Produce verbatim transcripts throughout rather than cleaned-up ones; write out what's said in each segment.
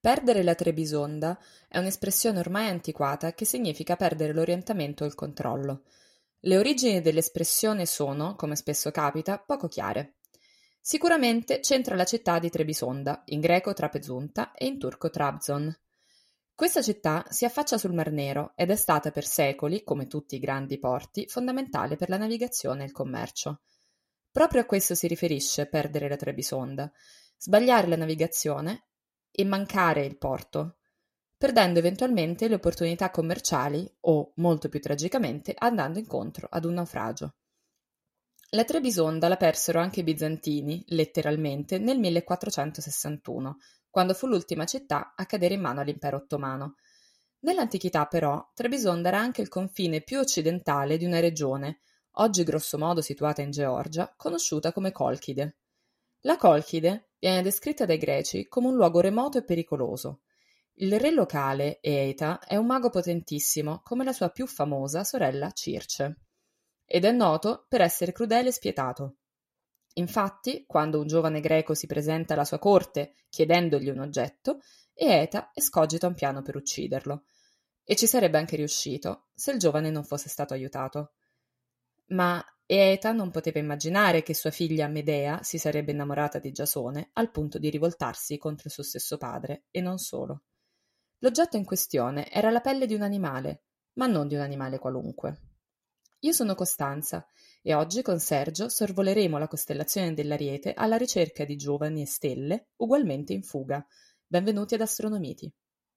Perdere la Trebisonda è un'espressione ormai antiquata che significa perdere l'orientamento o il controllo. Le origini dell'espressione sono, come spesso capita, poco chiare. Sicuramente c'entra la città di Trebisonda, in greco Trapezunta e in turco Trabzon. Questa città si affaccia sul Mar Nero ed è stata per secoli, come tutti i grandi porti, fondamentale per la navigazione e il commercio. Proprio a questo si riferisce perdere la Trebisonda, sbagliare la navigazione e mancare il porto, perdendo eventualmente le opportunità commerciali o, molto più tragicamente, andando incontro ad un naufragio. La Trebisonda la persero anche i bizantini, letteralmente, nel millequattrocentosessantuno, quando fu l'ultima città a cadere in mano all'impero ottomano. Nell'antichità, però, Trebisonda era anche il confine più occidentale di una regione, oggi grossomodo situata in Georgia, conosciuta come Colchide. La Colchide viene descritta dai greci come un luogo remoto e pericoloso. Il re locale, Eeta, è un mago potentissimo, come la sua più famosa sorella Circe, ed è noto per essere crudele e spietato. Infatti, quando un giovane greco si presenta alla sua corte chiedendogli un oggetto, Eeta escogita un piano per ucciderlo, e ci sarebbe anche riuscito se il giovane non fosse stato aiutato. Ma Eeta non poteva immaginare che sua figlia Medea si sarebbe innamorata di Giasone al punto di rivoltarsi contro il suo stesso padre, e non solo. L'oggetto in questione era la pelle di un animale, ma non di un animale qualunque. Io sono Costanza e oggi con Sergio sorvoleremo la costellazione dell'Ariete alla ricerca di giovani e stelle ugualmente in fuga. Benvenuti ad Astronomiti.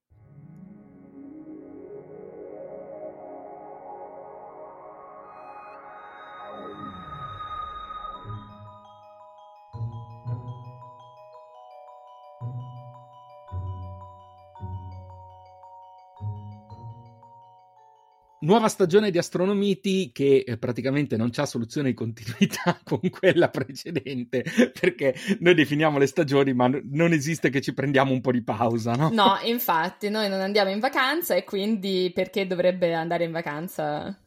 Nuova stagione di Astronomiti che eh, praticamente non c'ha soluzione di continuità con quella precedente, perché noi definiamo le stagioni ma n- non esiste che ci prendiamo un po' di pausa, no? No, infatti, noi non andiamo in vacanza e quindi perché dovrebbe andare in vacanza?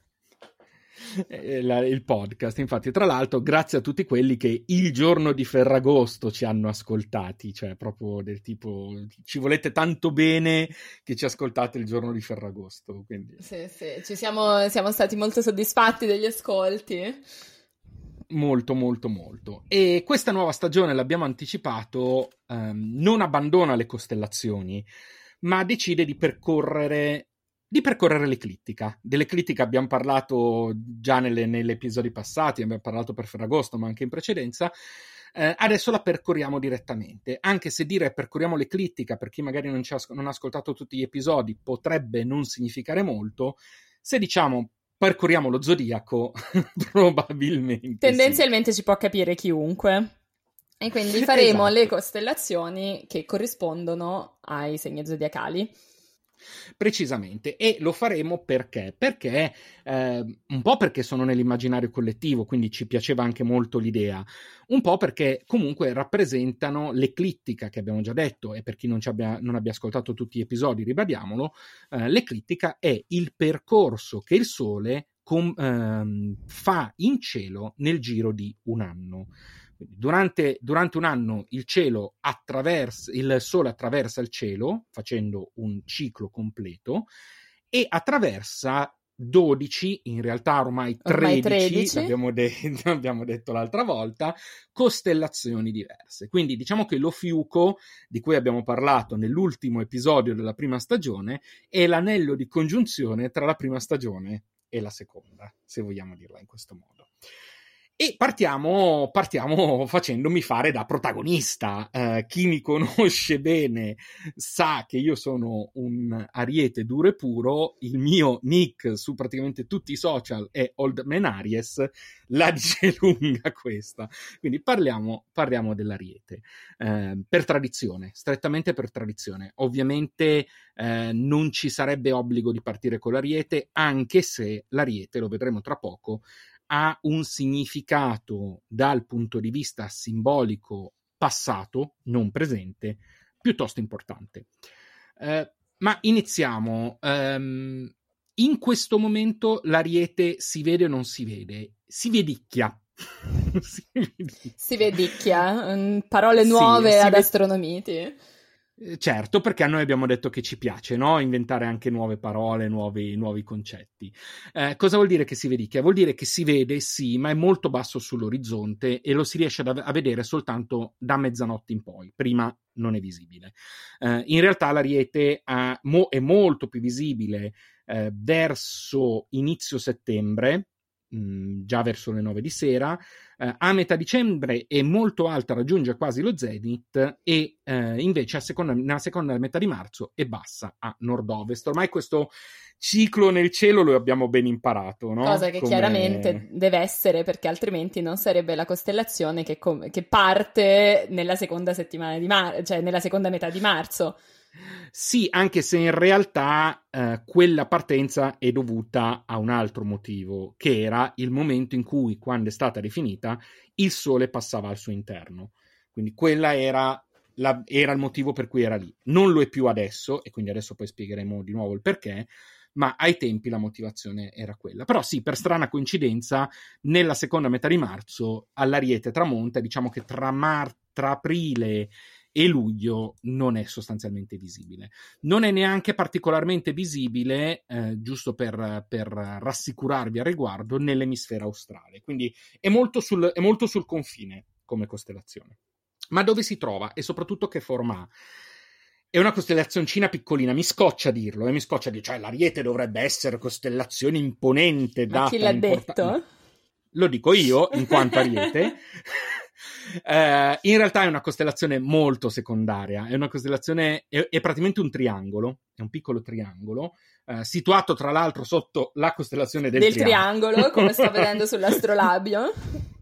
Eh, la- il podcast, infatti, tra l'altro, grazie a tutti quelli che il giorno di Ferragosto ci hanno ascoltati, cioè proprio del tipo ci volete tanto bene che ci ascoltate il giorno di Ferragosto, quindi Sì, sì, ci siamo, siamo stati molto soddisfatti degli ascolti. molto molto molto. E questa nuova stagione, l'abbiamo anticipato, ehm, non abbandona le costellazioni, ma decide di percorrere di percorrere l'eclittica. Dell'eclittica abbiamo parlato già nelle, negli episodi passati, abbiamo parlato per Ferragosto, ma anche in precedenza. Eh, adesso la percorriamo direttamente, anche se dire percorriamo l'eclittica per chi magari non, ci ha, non ha ascoltato tutti gli episodi potrebbe non significare molto. Se diciamo percorriamo lo zodiaco, probabilmente Tendenzialmente sì. ci può capire chiunque. E quindi faremo Esatto. le costellazioni che corrispondono ai segni zodiacali. Precisamente, e lo faremo perché? Perché eh, un po' perché sono nell'immaginario collettivo, quindi ci piaceva anche molto l'idea, un po' perché comunque rappresentano l'eclittica che abbiamo già detto, e per chi non, ci abbia, non abbia ascoltato tutti gli episodi, ribadiamolo, eh, l'eclittica è il percorso che il Sole com, ehm, fa in cielo nel giro di un anno. Durante, durante un anno il cielo attraversa, il Sole attraversa il cielo facendo un ciclo completo e attraversa dodici, in realtà ormai tredici, Ormai tredici. L'abbiamo, de- l'abbiamo detto l'altra volta, costellazioni diverse. Quindi diciamo che l'Ofiuco, di cui abbiamo parlato nell'ultimo episodio della prima stagione, è l'anello di congiunzione tra la prima stagione e la seconda, se vogliamo dirla in questo modo. E partiamo, partiamo facendomi fare da protagonista. Uh, chi mi conosce bene sa che io sono un ariete duro e puro. Il mio nick su praticamente tutti i social è Old Man Aries. La dice lunga questa. Quindi parliamo, parliamo dell'ariete. Uh, per tradizione, strettamente per tradizione. Ovviamente uh, non ci sarebbe obbligo di partire con l'ariete, anche se l'ariete, lo vedremo tra poco, ha un significato dal punto di vista simbolico passato, non presente, piuttosto importante. Eh, ma iniziamo. Um, in questo momento l'ariete si vede o non si vede? Si vedicchia. si vedicchia. Si vedicchia. Parole nuove sì, ad ved- Astronomiti. Certo, perché a noi abbiamo detto che ci piace, no? Inventare anche nuove parole, nuovi, nuovi concetti. Eh, cosa vuol dire che si vedica? Vuol dire che si vede, sì, ma è molto basso sull'orizzonte e lo si riesce a, a vedere soltanto da mezzanotte in poi. Prima non è visibile. Eh, in realtà l'Ariete ha, mo, è molto più visibile eh, verso inizio settembre, mh, già verso le nove di sera. Uh, a metà dicembre è molto alta, raggiunge quasi lo zenith e uh, invece a seconda, nella seconda metà di marzo è bassa a nord-ovest. Ormai questo ciclo nel cielo lo abbiamo ben imparato, no? Cosa che Come... chiaramente deve essere, perché altrimenti non sarebbe la costellazione che, com- che parte nella seconda settimana di marzo, cioè nella seconda metà di marzo. Sì, anche se in realtà eh, quella partenza è dovuta a un altro motivo, che era il momento in cui, quando è stata definita, il Sole passava al suo interno. Quindi quella era, la, era il motivo per cui era lì. Non lo è più adesso, e quindi adesso poi spiegheremo di nuovo il perché, ma ai tempi la motivazione era quella. Però sì, per strana coincidenza, nella seconda metà di marzo all'Ariete tramonta, diciamo che tra, mar- tra aprile e luglio non è sostanzialmente visibile. Non è neanche particolarmente visibile, eh, giusto per, per rassicurarvi al riguardo, nell'emisfero australe. Quindi è molto sul, è molto sul confine come costellazione. Ma dove si trova e soprattutto che forma ha? È una costellazioncina piccolina, mi scoccia dirlo, e eh, mi scoccia dire, cioè l'Ariete dovrebbe essere costellazione imponente, Ma data chi l'ha importa- detto? no. Lo dico io, in quanto Ariete. Uh, in realtà è una costellazione molto secondaria, è una costellazione, è, è praticamente un triangolo, è un piccolo triangolo, uh, situato tra l'altro sotto la costellazione del, del triangolo, triangolo, come sto vedendo sull'astrolabio.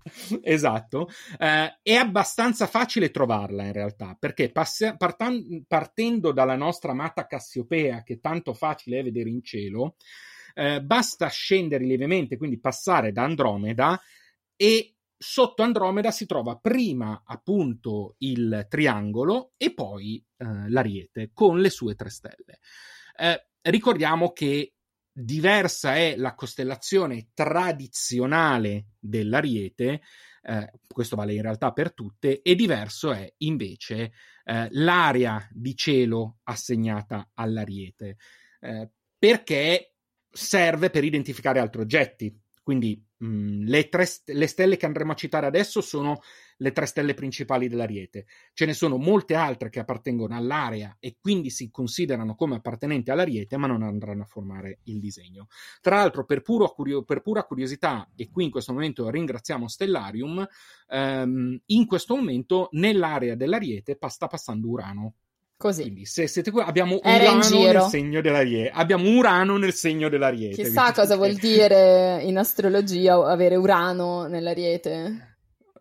Esatto, uh, è abbastanza facile trovarla in realtà, perché pass- partan- partendo dalla nostra amata Cassiopea, che è tanto facile vedere in cielo, uh, basta scendere lievemente, quindi passare da Andromeda, e sotto Andromeda si trova prima appunto il triangolo e poi eh, l'Ariete con le sue tre stelle. Eh, ricordiamo che diversa è la costellazione tradizionale dell'Ariete, eh, questo vale in realtà per tutte, e diverso è invece eh, l'area di cielo assegnata all'Ariete, eh, perché serve per identificare altri oggetti. Quindi mh, le, tre st- le stelle che andremo a citare adesso sono le tre stelle principali dell'Ariete. Ce ne sono molte altre che appartengono all'area e quindi si considerano come appartenenti all'Ariete, ma non andranno a formare il disegno. Tra l'altro, per, puro curio- per pura curiosità, e qui in questo momento ringraziamo Stellarium, ehm, in questo momento nell'area dell'Ariete pa- sta passando Urano. Così. Quindi se siete qui, abbiamo Era in Urano giro. nel segno dell'Ariete. Abbiamo Urano nel segno dell'Ariete. Chissà cosa vuol dire in astrologia avere Urano nell'Ariete.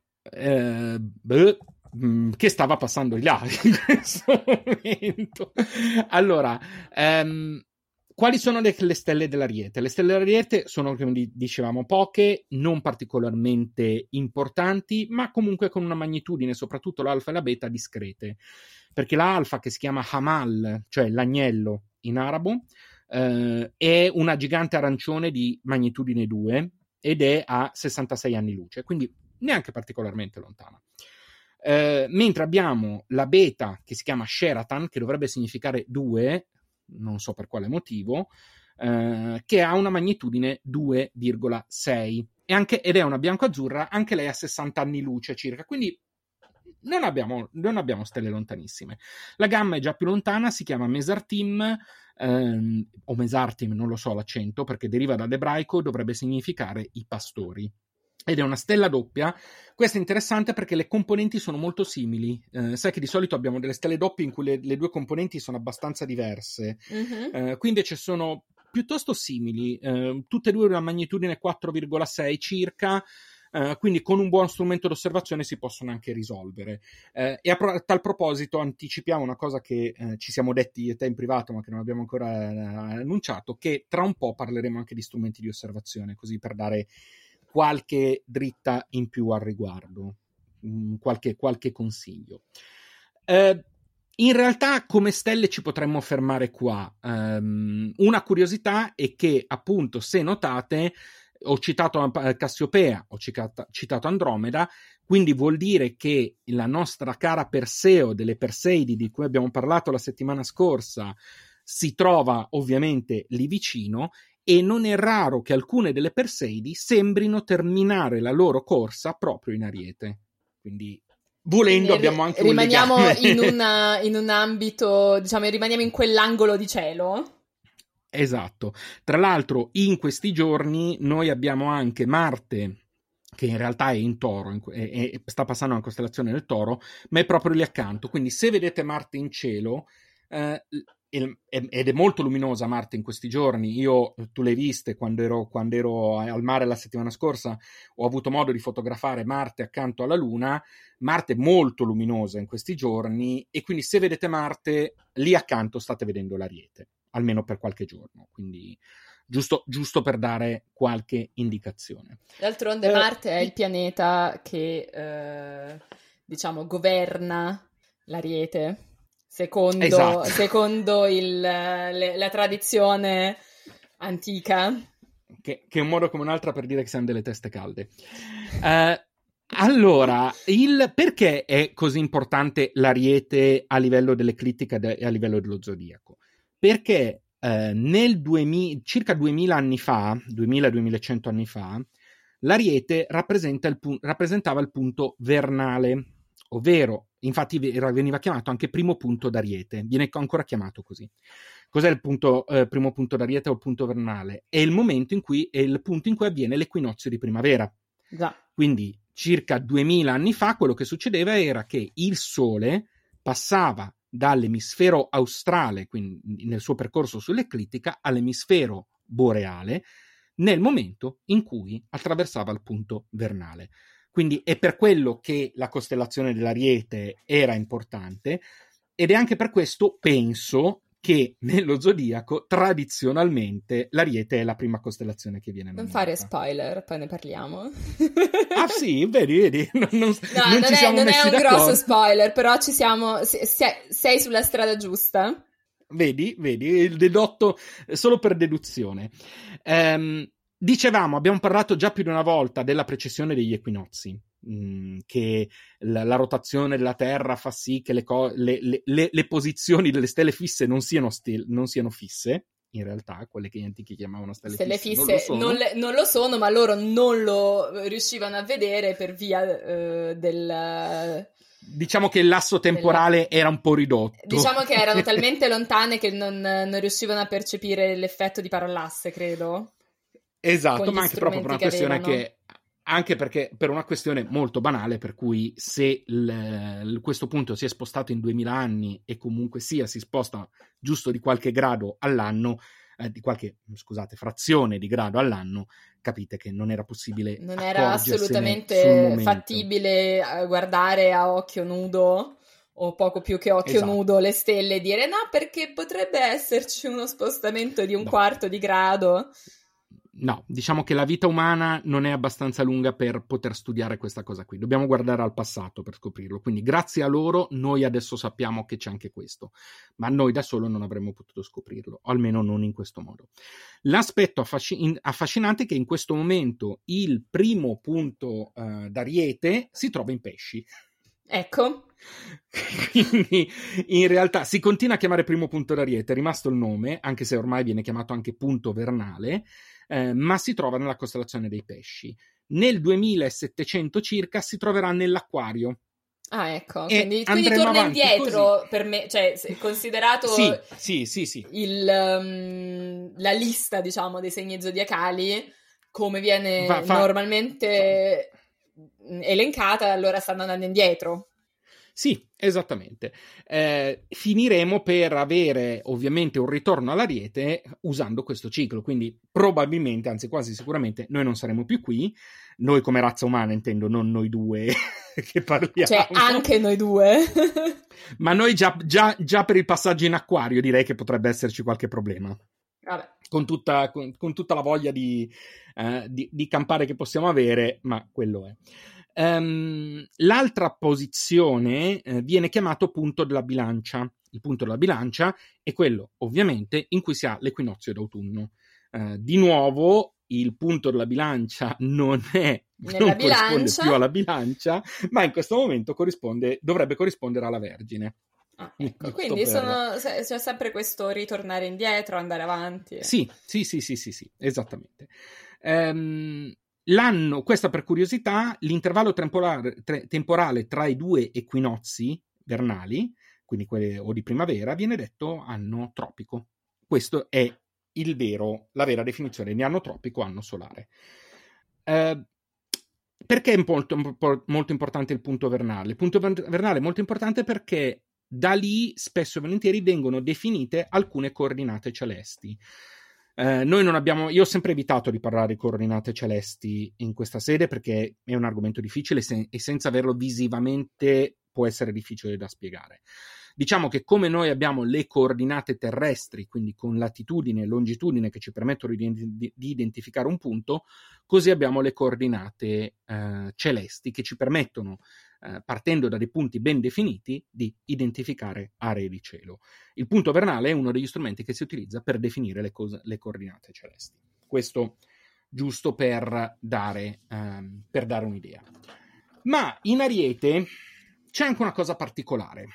Eh, beh, che stava passando di là in questo momento. Allora, ehm, quali sono le, le stelle dell'Ariete? Le stelle dell'Ariete sono, come dicevamo, poche, non particolarmente importanti, ma comunque con una magnitudine, soprattutto l'alfa e la beta, discrete. Perché la alfa, che si chiama Hamal, cioè l'agnello in arabo, eh, è una gigante arancione di magnitudine due ed è a sessantasei anni luce, quindi neanche particolarmente lontana. Eh, mentre abbiamo la beta, che si chiama Sheratan, che dovrebbe significare due, non so per quale motivo, eh, che ha una magnitudine due virgola sei e anche, ed è una bianco-azzurra, anche lei a sessanta anni luce circa, quindi non abbiamo, non abbiamo stelle lontanissime. La gamma è già più lontana, si chiama Mesartim, ehm, o Mesartim, non lo so l'accento, perché deriva dall'ebraico, dovrebbe significare i pastori. Ed è una stella doppia. Questa è interessante perché le componenti sono molto simili. Eh, sai che di solito abbiamo delle stelle doppie in cui le, le due componenti sono abbastanza diverse. Mm-hmm. Eh, qui invece sono piuttosto simili, eh, tutte e due una magnitudine quattro virgola sei circa, eh, quindi con un buon strumento d'osservazione si possono anche risolvere. Eh, e a, pro- a tal proposito anticipiamo una cosa che eh, ci siamo detti io e te in privato, ma che non abbiamo ancora eh, annunciato, che tra un po' parleremo anche di strumenti di osservazione, così per dare qualche dritta in più al riguardo, qualche, qualche consiglio. Eh, in realtà come stelle ci potremmo fermare qua. Um, una curiosità è che, appunto, se notate, ho citato Cassiopea, ho citato, citato Andromeda, quindi vuol dire che la nostra cara Perseo delle Perseidi, di cui abbiamo parlato la settimana scorsa, si trova ovviamente lì vicino, e non è raro che alcune delle Perseidi sembrino terminare la loro corsa proprio in Ariete. Quindi, volendo, quindi abbiamo anche rimaniamo un legame. in, una, in un ambito, diciamo, rimaniamo in quell'angolo di cielo. Esatto. Tra l'altro, in questi giorni noi abbiamo anche Marte, che in realtà è in Toro, in, è, è, sta passando una costellazione del Toro, ma è proprio lì accanto. Quindi se vedete Marte in cielo, eh, ed è molto luminosa Marte in questi giorni, io, tu l'hai viste quando ero, quando ero al mare la settimana scorsa, ho avuto modo di fotografare Marte accanto alla Luna. Marte è molto luminosa in questi giorni, e quindi se vedete Marte lì accanto state vedendo l'Ariete, almeno per qualche giorno, quindi giusto, giusto per dare qualche indicazione. D'altronde eh, Marte è il pianeta che eh, diciamo governa l'Ariete, secondo, esatto. secondo il, le, la tradizione antica, che, che è un modo come un'altra per dire che siamo delle teste calde. uh, Allora, il, perché è così importante l'Ariete a livello dell'eclittica e a livello dello zodiaco? Perché eh, nel duemila, circa duemila anni fa, duemila duemilacento anni fa, l'Ariete rappresenta il, rappresentava il punto vernale, ovvero, infatti veniva chiamato anche primo punto d'Ariete, viene ancora chiamato così. Cos'è il punto, eh, primo punto d'Ariete o il punto vernale? È il momento in cui, è il punto in cui avviene l'equinozio di primavera. Già. Quindi circa duemila anni fa quello che succedeva era che il Sole passava dall'emisfero australe, quindi nel suo percorso sull'eclittica, all'emisfero boreale nel momento in cui attraversava il punto vernale. Quindi è per quello che la costellazione dell'Ariete era importante, ed è anche per questo, penso, che nello zodiaco tradizionalmente l'Ariete è la prima costellazione che viene nominata. Non fare spoiler, poi ne parliamo. Ah sì, vedi, vedi, non, non, no, non non ci è, siamo non messi è un d'accordo. grosso spoiler, però ci siamo, sei, sei sulla strada giusta. Vedi, vedi, il dedotto solo per deduzione. Ehm, dicevamo, abbiamo parlato già più di una volta della precessione degli equinozi, mh, che la, la rotazione della Terra fa sì che le, co- le, le, le, le posizioni delle stelle fisse non siano, stel- non siano fisse, in realtà, quelle che gli antichi chiamavano stelle, stelle fisse, fisse non lo, non, le, non lo sono, ma loro non lo riuscivano a vedere per via uh, del... Diciamo che il lasso temporale era un po' ridotto. Diciamo che erano talmente lontane che non, non riuscivano a percepire l'effetto di parallasse, credo. Esatto, ma anche proprio per una questione che... Anche perché per una questione molto banale, per cui se il, questo punto si è spostato in duemila anni e comunque sia si sposta giusto di qualche grado all'anno, eh, di qualche, scusate, frazione di grado all'anno, capite che non era possibile non era assolutamente sul fattibile guardare a occhio nudo o poco più che occhio esatto. nudo le stelle e dire no, perché potrebbe esserci uno spostamento di un no. quarto di grado. No, diciamo che la vita umana non è abbastanza lunga per poter studiare questa cosa qui. Dobbiamo guardare al passato per scoprirlo. Quindi grazie a loro noi adesso sappiamo che c'è anche questo, ma noi da solo non avremmo potuto scoprirlo, o almeno non in questo modo. L'aspetto affascin- affascinante è che in questo momento il primo punto uh, d'Ariete si trova in Pesci. Ecco. Quindi in realtà si continua a chiamare primo punto d'Ariete, è rimasto il nome, anche se ormai viene chiamato anche punto vernale, eh, ma si trova nella costellazione dei Pesci. Nel duemilasettecento circa si troverà nell'Acquario. Ah, ecco, quindi, quindi torna indietro così. Per me, cioè considerato sì, sì, sì, sì. Il, um, la lista, diciamo, dei segni zodiacali, come viene fa, fa... normalmente elencata, allora stanno andando indietro. Sì, esattamente. Eh, finiremo per avere ovviamente un ritorno all'Ariete usando questo ciclo, quindi probabilmente, anzi quasi sicuramente, noi non saremo più qui, noi come razza umana intendo, non noi due che parliamo. Cioè anche noi due. Ma noi già, già, già per il passaggio in Acquario direi che potrebbe esserci qualche problema. Vabbè. Con tutta, con, con tutta la voglia di, uh, di, di campare che possiamo avere, ma quello è. Um, l'altra posizione eh, viene chiamato punto della bilancia. Il punto della bilancia è quello, ovviamente, in cui si ha l'equinozio d'autunno. Uh, di nuovo, il punto della bilancia non è Nella non bilancia. corrisponde più alla bilancia, ma in questo momento corrisponde, dovrebbe corrispondere alla Vergine. Ah, ecco, Giusto quindi per- sono, se- c'è sempre questo ritornare indietro, andare avanti. Sì, sì, sì, sì, sì, sì, esattamente. Ehm, l'anno, questa per curiosità, l'intervallo temporale, tre- temporale tra i due equinozi vernali, quindi quelli o di primavera, viene detto anno tropico. Questo è il vero, la vera definizione di anno tropico, anno solare. Eh, perché è molto, molto importante il punto vernale? Il punto vernale è molto importante perché da lì spesso e volentieri vengono definite alcune coordinate celesti. Eh, noi non abbiamo, io ho sempre evitato di parlare di coordinate celesti in questa sede perché è un argomento difficile se, e senza averlo visivamente può essere difficile da spiegare. Diciamo che come noi abbiamo le coordinate terrestri, quindi con latitudine e longitudine che ci permettono di, di, di identificare un punto, così abbiamo le coordinate eh, celesti che ci permettono, eh, partendo da dei punti ben definiti, di identificare aree di cielo. Il punto vernale è uno degli strumenti che si utilizza per definire le, cose, le coordinate celesti. Questo giusto per dare, ehm, per dare un'idea. Ma in Ariete c'è anche una cosa particolare.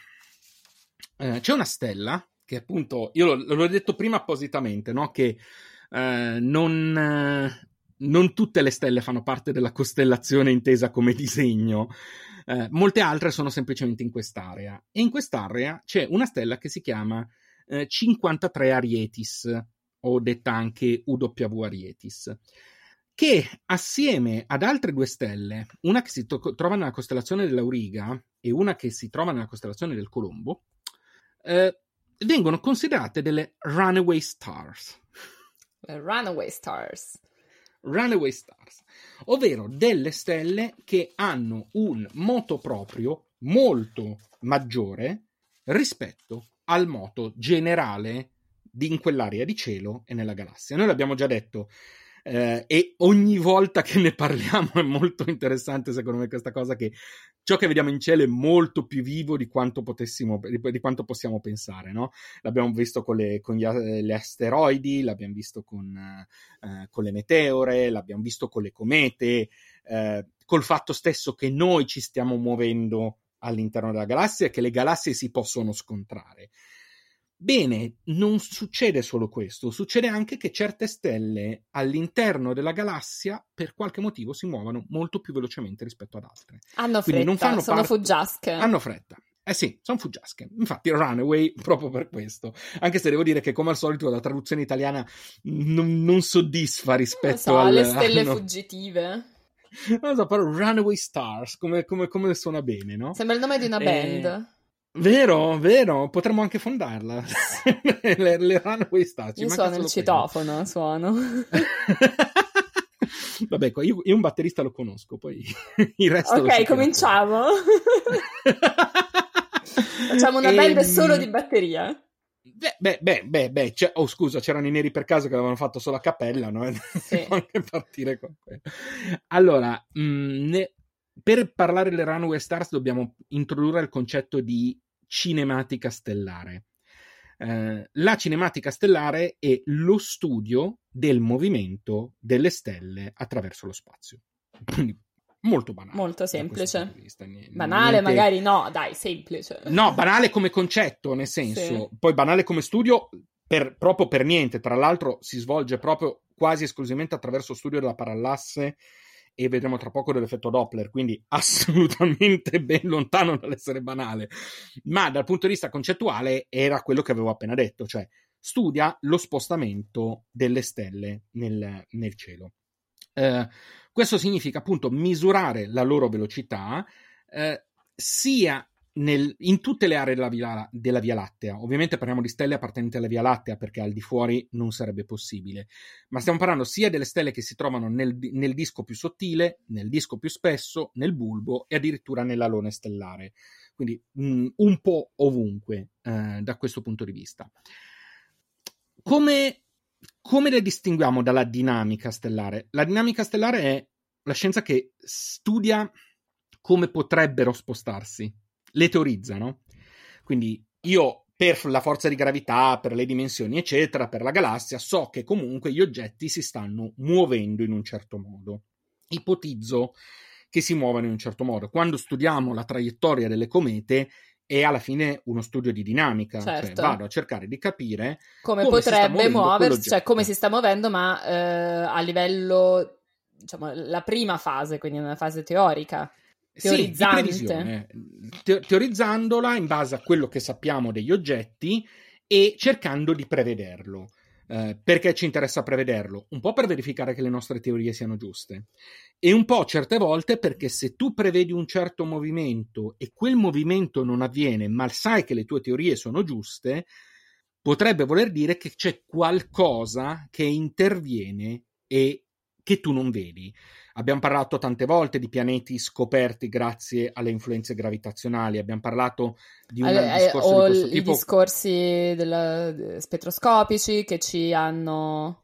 Eh, c'è una stella che appunto, io l'ho, l'ho detto prima appositamente, no? Che eh, non, eh, non tutte le stelle fanno parte della costellazione intesa come disegno, eh, molte altre sono semplicemente in quest'area, e in quest'area c'è una stella che si chiama eh, cinquantatré Arietis, o detta anche U W Arietis, che assieme ad altre due stelle, una che si to- trova nella costellazione dell'Auriga e una che si trova nella costellazione del Colombo, eh, vengono considerate delle runaway stars. Runaway stars. Runaway stars, ovvero delle stelle che hanno un moto proprio molto maggiore rispetto al moto generale di in quell'area di cielo e nella galassia. Noi l'abbiamo già detto, eh, e ogni volta che ne parliamo è molto interessante secondo me questa cosa, che ciò che vediamo in cielo è molto più vivo di quanto potessimo, di, di quanto possiamo pensare, no? L'abbiamo visto con le, con gli, gli asteroidi, l'abbiamo visto con, eh, con le meteore, l'abbiamo visto con le comete, eh, col fatto stesso che noi ci stiamo muovendo all'interno della galassia e che le galassie si possono scontrare. Bene, non succede solo questo, succede anche che certe stelle all'interno della galassia per qualche motivo si muovono molto più velocemente rispetto ad altre. Hanno Quindi fretta, non fanno sono parte... fuggiasche. Hanno fretta. Eh sì, sono fuggiasche. Infatti runaway proprio per questo. Anche se devo dire che come al solito la traduzione italiana non, non soddisfa rispetto non so, al... le stelle hanno... fuggitive. Non so, però runaway stars, come, come, come suona bene, no? Sembra il nome di una E... band. Vero, vero, potremmo anche fondarla. le, le Runaway Stars. Io suono il citofono, quello. suono. Vabbè, io, io un batterista lo conosco, poi il resto. Ok, cominciamo. Facciamo una e... band solo di batteria. Beh, beh, beh, beh, beh c'è... oh scusa, c'erano i Neri per caso che avevano fatto solo a cappella, no? Sì. Anche partire con quello. Allora, mh, ne... per parlare delle Runaway Stars dobbiamo introdurre il concetto di cinematica stellare. Eh, la cinematica stellare è lo studio del movimento delle stelle attraverso lo spazio. Quindi molto banale. Molto semplice. Vista, niente... Banale magari no, dai, semplice. No, banale come concetto, nel senso, sì. Poi banale come studio per, proprio per niente. Tra l'altro si svolge proprio quasi esclusivamente attraverso lo studio della parallasse, e vedremo tra poco dell'effetto Doppler, quindi assolutamente ben lontano dall'essere banale, ma dal punto di vista concettuale era quello che avevo appena detto, cioè studia lo spostamento delle stelle nel, nel cielo. Eh, questo significa appunto misurare la loro velocità eh, sia nel, in tutte le aree della via, della Via Lattea. Ovviamente parliamo di stelle appartenenti alla Via Lattea perché al di fuori non sarebbe possibile, ma stiamo parlando sia delle stelle che si trovano nel, nel disco più sottile, nel disco più spesso, nel bulbo e addirittura nell'alone stellare, quindi mh, un po' ovunque eh, da questo punto di vista. Come, come le distinguiamo dalla dinamica stellare? La dinamica stellare è la scienza che studia come potrebbero spostarsi, le teorizza, no? Quindi io per la forza di gravità, per le dimensioni, eccetera, per la galassia, so che comunque gli oggetti si stanno muovendo in un certo modo. Ipotizzo che si muovano in un certo modo. Quando studiamo la traiettoria delle comete è alla fine uno studio di dinamica, certo. Cioè vado a cercare di capire come, come potrebbe muoversi, cioè come si sta muovendo, ma eh, a livello, diciamo, la prima fase, quindi una fase teorica. Sì, di previsione, Te- teorizzandola in base a quello che sappiamo degli oggetti e cercando di prevederlo. Eh, perché ci interessa prevederlo? Un po' per verificare che le nostre teorie siano giuste e un po' certe volte perché se tu prevedi un certo movimento e quel movimento non avviene, ma sai che le tue teorie sono giuste, potrebbe voler dire che c'è qualcosa che interviene e che tu non vedi. Abbiamo parlato tante volte di pianeti scoperti grazie alle influenze gravitazionali, abbiamo parlato di un eh, discorso o di questo i tipo. discorsi della, spettroscopici che ci hanno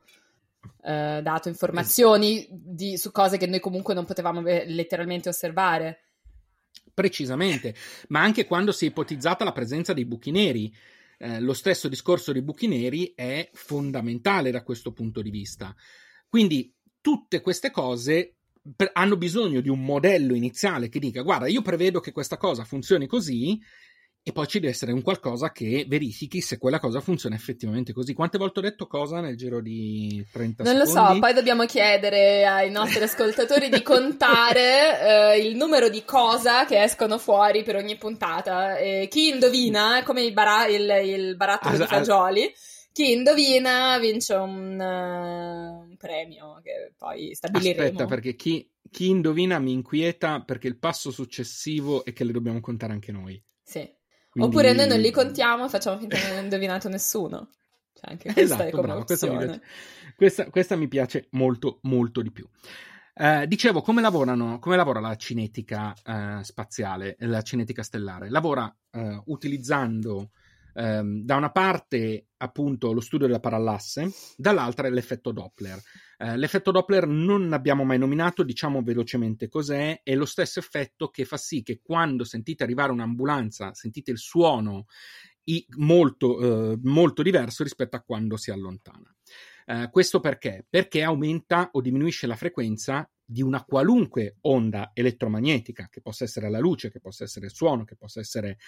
eh, dato informazioni di, su cose che noi comunque non potevamo letteralmente osservare. Precisamente, ma anche quando si è ipotizzata la presenza dei buchi neri, eh, lo stesso discorso dei buchi neri è fondamentale da questo punto di vista. Quindi tutte queste cose per, hanno bisogno di un modello iniziale che dica guarda, io prevedo che questa cosa funzioni così e poi ci deve essere un qualcosa che verifichi se quella cosa funziona effettivamente così. Quante volte ho detto cosa nel giro di trenta non secondi? Non lo so, poi dobbiamo chiedere ai nostri ascoltatori di contare eh, il numero di cosa che escono fuori per ogni puntata. E chi indovina, come il, bara- il, il barattolo As- di fagioli, chi indovina vince un, uh, un premio che poi stabiliremo. Aspetta, perché chi, chi indovina mi inquieta perché il passo successivo è che le dobbiamo contare anche noi. Sì. Quindi... Oppure noi non li contiamo e facciamo finta che non abbia indovinato nessuno. Cioè anche questa esatto, è come bravo, questa mi, opzione. piace, questa, questa mi piace molto, molto di più. Eh, dicevo, come lavorano, come lavora la cinetica eh, spaziale, la cinetica stellare? Lavora eh, utilizzando ehm, da una parte appunto lo studio della parallasse, dall'altra l'effetto Doppler. Uh, l'effetto Doppler non abbiamo mai nominato, diciamo velocemente cos'è, è lo stesso effetto che fa sì che quando sentite arrivare un'ambulanza, sentite il suono i, molto, uh, molto diverso rispetto a quando si allontana. Uh, questo perché? Perché aumenta o diminuisce la frequenza di una qualunque onda elettromagnetica, che possa essere la luce, che possa essere il suono, che possa essere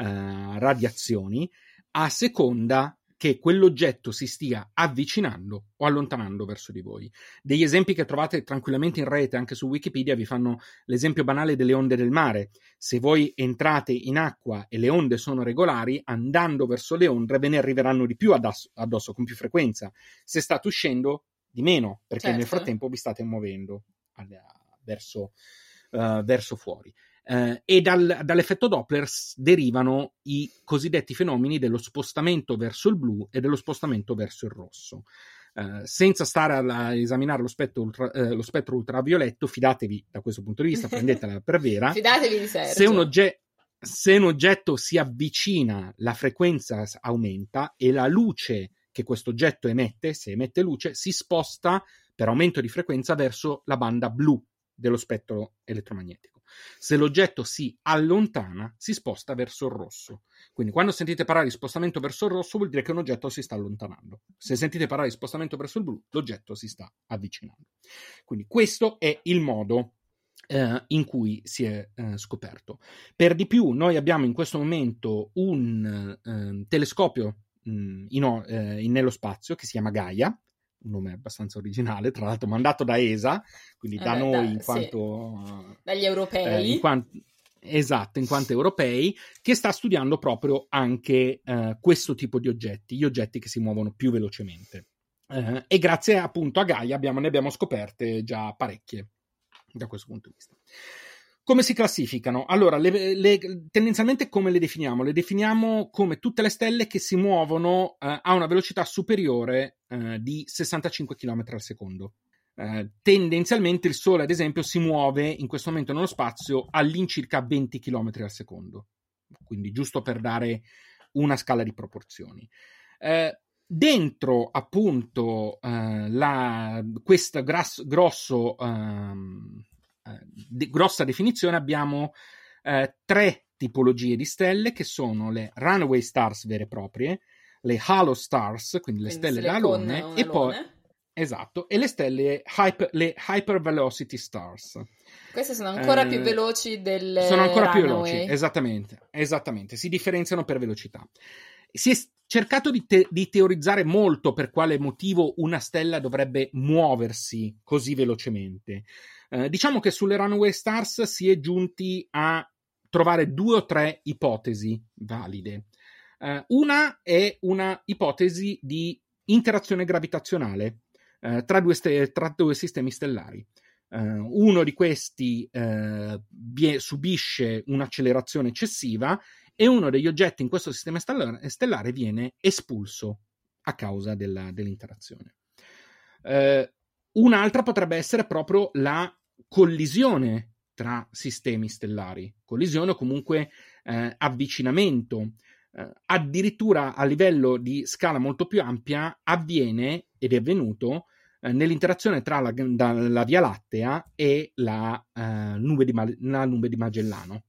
uh, radiazioni, a seconda che quell'oggetto si stia avvicinando o allontanando verso di voi. Degli esempi che trovate tranquillamente in rete, anche su Wikipedia, vi fanno l'esempio banale delle onde del mare. Se voi entrate in acqua e le onde sono regolari, andando verso le onde ve ne arriveranno di più addosso, addosso con più frequenza. Se state uscendo, di meno, perché certo. Nel frattempo vi state muovendo alla, verso, uh, verso fuori. Uh, e dal, dall'effetto Doppler derivano i cosiddetti fenomeni dello spostamento verso il blu e dello spostamento verso il rosso. Uh, senza stare a, a esaminare lo spettro, ultra, uh, lo spettro ultravioletto, fidatevi da questo punto di vista, prendetela per vera. Fidatevi di Sergio. Se un, ogge- se un oggetto si avvicina, la frequenza aumenta e la luce che questo oggetto emette, se emette luce, si sposta per aumento di frequenza verso la banda blu dello spettro elettromagnetico. Se l'oggetto si allontana, si sposta verso il rosso. Quindi quando sentite parlare di spostamento verso il rosso vuol dire che un oggetto si sta allontanando. Se sentite parlare di spostamento verso il blu, l'oggetto si sta avvicinando. Quindi questo è il modo eh, in cui si è eh, scoperto. Per di più, noi abbiamo in questo momento un eh, telescopio mh, in, eh, in, nello spazio che si chiama Gaia, un nome abbastanza originale, tra l'altro mandato da E S A, quindi eh da beh, noi da, in quanto... Sì. Dagli europei. Eh, in quanto, esatto, in quanto europei, che sta studiando proprio anche eh, questo tipo di oggetti, gli oggetti che si muovono più velocemente. Eh, e grazie appunto a Gaia abbiamo, ne abbiamo scoperte già parecchie da questo punto di vista. Come si classificano? Allora, le, le, tendenzialmente come le definiamo? Le definiamo come tutte le stelle che si muovono eh, a una velocità superiore eh, di sessantacinque chilometri al secondo. Eh, tendenzialmente il Sole, ad esempio, si muove in questo momento nello spazio all'incirca venti chilometri al secondo. Quindi giusto per dare una scala di proporzioni. Eh, dentro appunto eh, la, questo gras, grosso... Um, di grossa definizione abbiamo eh, tre tipologie di stelle, che sono le runaway stars vere e proprie, le halo stars, quindi le Quindi stelle da silicone alone, o un e poi alone. esatto, e le stelle hyper, le hyper velocity stars. Queste sono ancora Eh, più veloci delle sono ancora più runaway. veloci, esattamente, esattamente, si differenziano per velocità. Si è cercato di, te- di teorizzare molto per quale motivo una stella dovrebbe muoversi così velocemente. Eh, diciamo che sulle runaway stars si è giunti a trovare due o tre ipotesi valide. Eh, una è una ipotesi di interazione gravitazionale eh, tra, due ste- tra due sistemi stellari. Uh, uno di questi uh, vie- subisce un'accelerazione eccessiva e uno degli oggetti in questo sistema stellare, stellare viene espulso a causa della, dell'interazione. Uh, un'altra potrebbe essere proprio la collisione tra sistemi stellari, collisione o comunque uh, avvicinamento. Uh, addirittura a livello di scala molto più ampia avviene ed è avvenuto nell'interazione tra la, da, la Via Lattea e la, uh, nube, di, la nube di Magellano,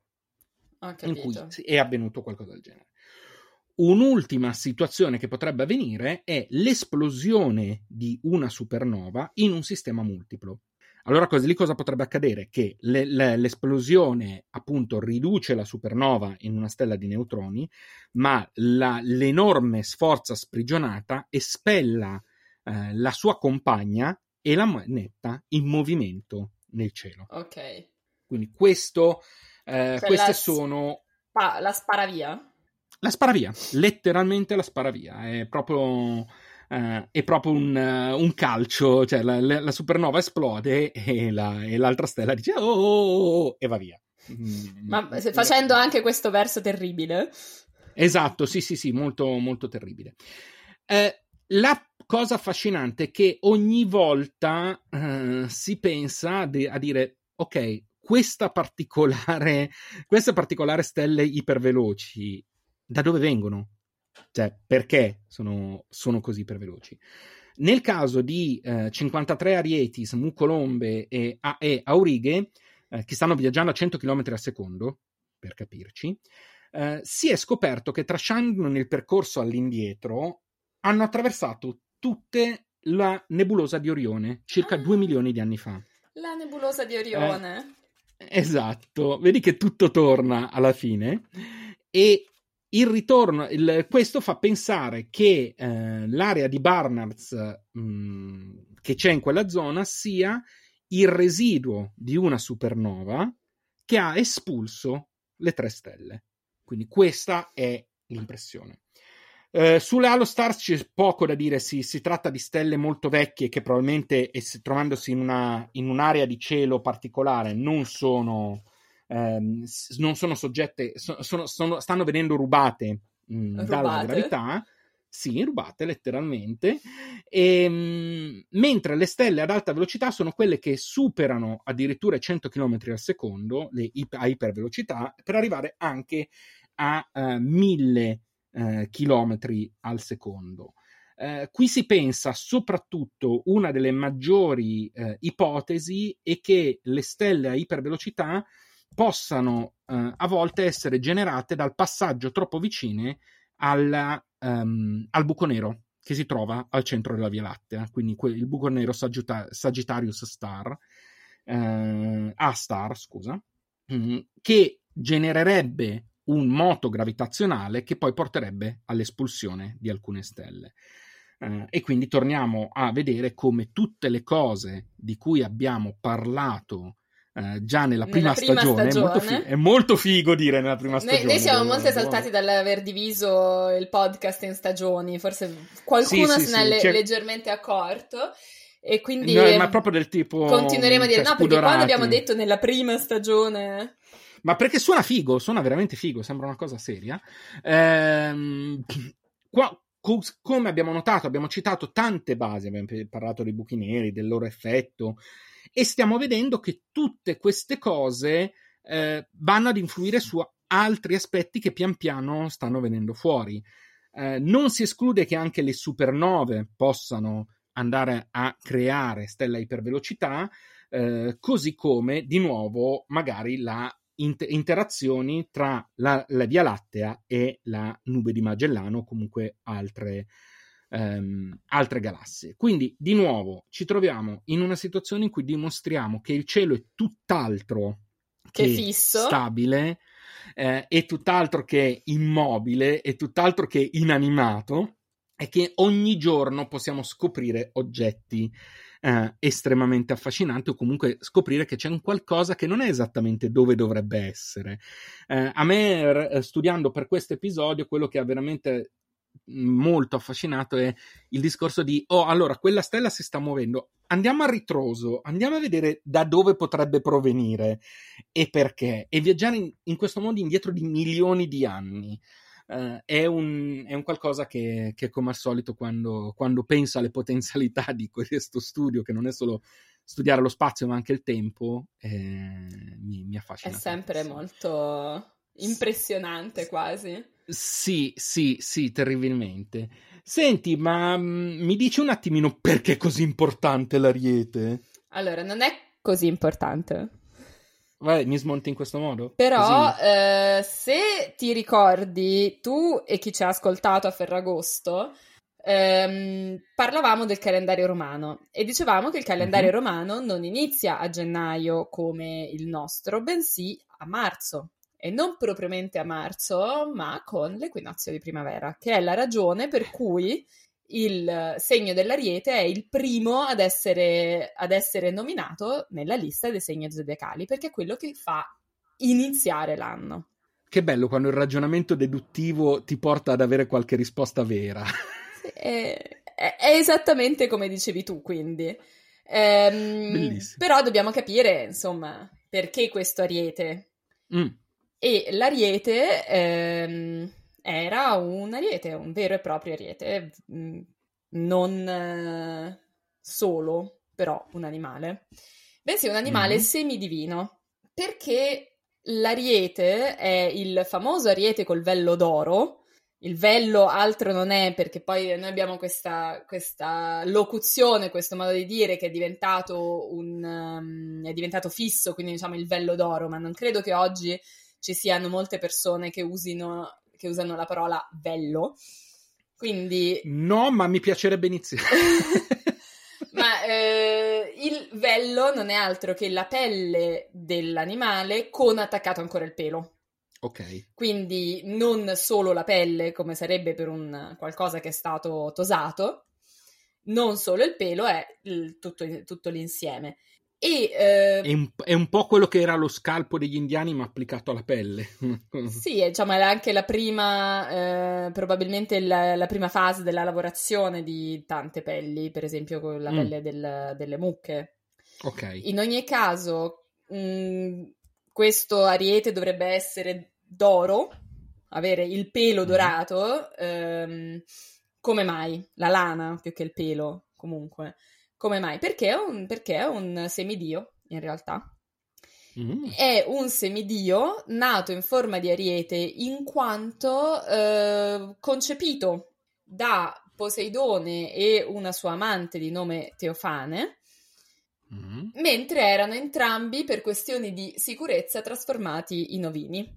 in cui è avvenuto qualcosa del genere. Un'ultima situazione che potrebbe avvenire è l'esplosione di una supernova in un sistema multiplo. Allora cosa, lì cosa potrebbe accadere? Che le, le, l'esplosione appunto riduce la supernova in una stella di neutroni, ma la, l'enorme sforza sprigionata espella Uh, la sua compagna e la manetta in movimento nel cielo. Ok. Quindi questo, uh, cioè queste la sono... Spa- la spara via? La spara via, letteralmente la spara via. È proprio, uh, è proprio un, uh, un calcio, cioè la, la supernova esplode e, la, e l'altra stella dice oh, oh, oh, e va via. Ma facendo anche questo verso terribile. Esatto, sì, sì, sì, molto, molto terribile. Eh, La cosa affascinante è che ogni volta uh, si pensa de- a dire ok, questa particolare queste particolari stelle iperveloci da dove vengono? Cioè, perché sono, sono così iperveloci? Nel caso di uh, cinquantatré Arietis, Mu Colombe e, a- e Aurighe, uh, che stanno viaggiando a cento chilometri al secondo, per capirci, uh, si è scoperto che tracciando nel percorso all'indietro hanno attraversato tutte la nebulosa di Orione circa ah, due milioni di anni fa. La nebulosa di Orione. Eh, esatto, vedi che tutto torna alla fine e il ritorno, il, questo fa pensare che eh, l'area di Barnard's mh, che c'è in quella zona sia il residuo di una supernova che ha espulso le tre stelle. Quindi questa è l'impressione. Uh, sulle Halo Stars c'è poco da dire, si, si tratta di stelle molto vecchie che probabilmente es- trovandosi in, una, in un'area di cielo particolare non sono, ehm, non sono soggette, so, sono, sono, stanno venendo rubate, mh, dalla gravità, sì, rubate letteralmente, e, mh, mentre le stelle ad alta velocità sono quelle che superano addirittura i cento chilometri al secondo, le ip- a ipervelocità, per arrivare anche a uh, mille Eh, chilometri al secondo. Eh, qui si pensa soprattutto una delle maggiori eh, ipotesi è che le stelle a ipervelocità possano eh, a volte essere generate dal passaggio troppo vicine alla, um, al buco nero che si trova al centro della Via Lattea, quindi que- il buco nero Sagitta- Sagittarius Star, eh, A-star, scusa, mh, che genererebbe un moto gravitazionale che poi porterebbe all'espulsione di alcune stelle. Uh, e quindi torniamo a vedere come tutte le cose di cui abbiamo parlato uh, già nella prima, nella prima stagione, stagione. È, molto figo, è molto figo dire nella prima noi, stagione. Noi siamo molto esaltati dall'aver diviso il podcast in stagioni, forse qualcuno sì, sì, se ne sì, è c'è... leggermente accorto. E quindi no, ma proprio del tipo continueremo a dire cioè, no, perché quando abbiamo detto nella prima stagione, ma perché suona figo, suona veramente figo, sembra una cosa seria. Ehm, qua, co- come abbiamo notato, abbiamo citato tante basi, abbiamo parlato dei buchi neri, del loro effetto, e stiamo vedendo che tutte queste cose eh, vanno ad influire su altri aspetti che pian piano stanno venendo fuori. Eh, non si esclude che anche le supernove possano andare a creare stelle a ipervelocità, eh, così come di nuovo magari la inter- interazioni tra la, la Via Lattea e la Nube di Magellano, o comunque altre, ehm, altre galassie. Quindi, di nuovo, ci troviamo in una situazione in cui dimostriamo che il cielo è tutt'altro che, che fisso, stabile, eh, è tutt'altro che immobile, è tutt'altro che inanimato, e che ogni giorno possiamo scoprire oggetti eh, estremamente affascinanti, o comunque scoprire che c'è un qualcosa che non è esattamente dove dovrebbe essere. Eh, a me, studiando per questo episodio, quello che ha veramente molto affascinato è il discorso di oh, allora quella stella si sta muovendo, andiamo a ritroso, andiamo a vedere da dove potrebbe provenire e perché, e viaggiare in, in questo modo indietro di milioni di anni. Uh, è, un, è un qualcosa che, che come al solito quando, quando penso alle potenzialità di questo studio, che non è solo studiare lo spazio ma anche il tempo, eh, mi, mi affascina. È sempre tantissimo. Molto impressionante, S- quasi. Sì, sì, sì, terribilmente. Senti, ma mh, mi dici un attimino perché è così importante l'Ariete? Allora, non è così importante. Vai, mi smonti in questo modo? Però eh, se ti ricordi, tu e chi ci ha ascoltato a Ferragosto, ehm, parlavamo del calendario romano e dicevamo che il calendario uh-huh. romano non inizia a gennaio come il nostro, bensì a marzo. E non propriamente a marzo, ma con l'equinozio di primavera, che è la ragione per cui il segno dell'Ariete è il primo ad essere, ad essere nominato nella lista dei segni zodiacali, perché è quello che fa iniziare l'anno. Che bello quando il ragionamento deduttivo ti porta ad avere qualche risposta vera. Sì, è, è, è esattamente come dicevi tu, quindi. Ehm, Bellissimo. Però dobbiamo capire, insomma, perché questo Ariete. Mm. E l'Ariete ehm, era un Ariete, un vero e proprio Ariete, non eh, solo, però, un animale, bensì un animale mm-hmm. semidivino, perché l'Ariete è il famoso Ariete col vello d'oro. Il vello altro non è, perché poi noi abbiamo questa, questa locuzione, questo modo di dire che è diventato, un, um, è diventato fisso, quindi diciamo il vello d'oro, ma non credo che oggi ci siano molte persone che usino, che usano la parola vello. Quindi... No, ma mi piacerebbe iniziare. Ma eh, il vello non è altro che la pelle dell'animale con attaccato ancora il pelo. Ok. Quindi non solo la pelle, come sarebbe per un qualcosa che è stato tosato, non solo il pelo, è il, tutto, tutto l'insieme. E, eh, è, un, è un po' quello che era lo scalpo degli indiani, ma applicato alla pelle. Sì, diciamo, è anche la prima, eh, probabilmente la, la prima fase della lavorazione di tante pelli, per esempio con la mm. pelle del, delle mucche. Ok. In ogni caso, mh, questo ariete dovrebbe essere d'oro, avere il pelo mm. dorato. Ehm, come mai? La lana più che il pelo, comunque. Come mai? Perché è un, perché è un semidio, in realtà. Mm. È un semidio nato in forma di ariete in quanto eh, concepito da Poseidone e una sua amante di nome Teofane, mm. mentre erano entrambi, per questioni di sicurezza, trasformati in ovini.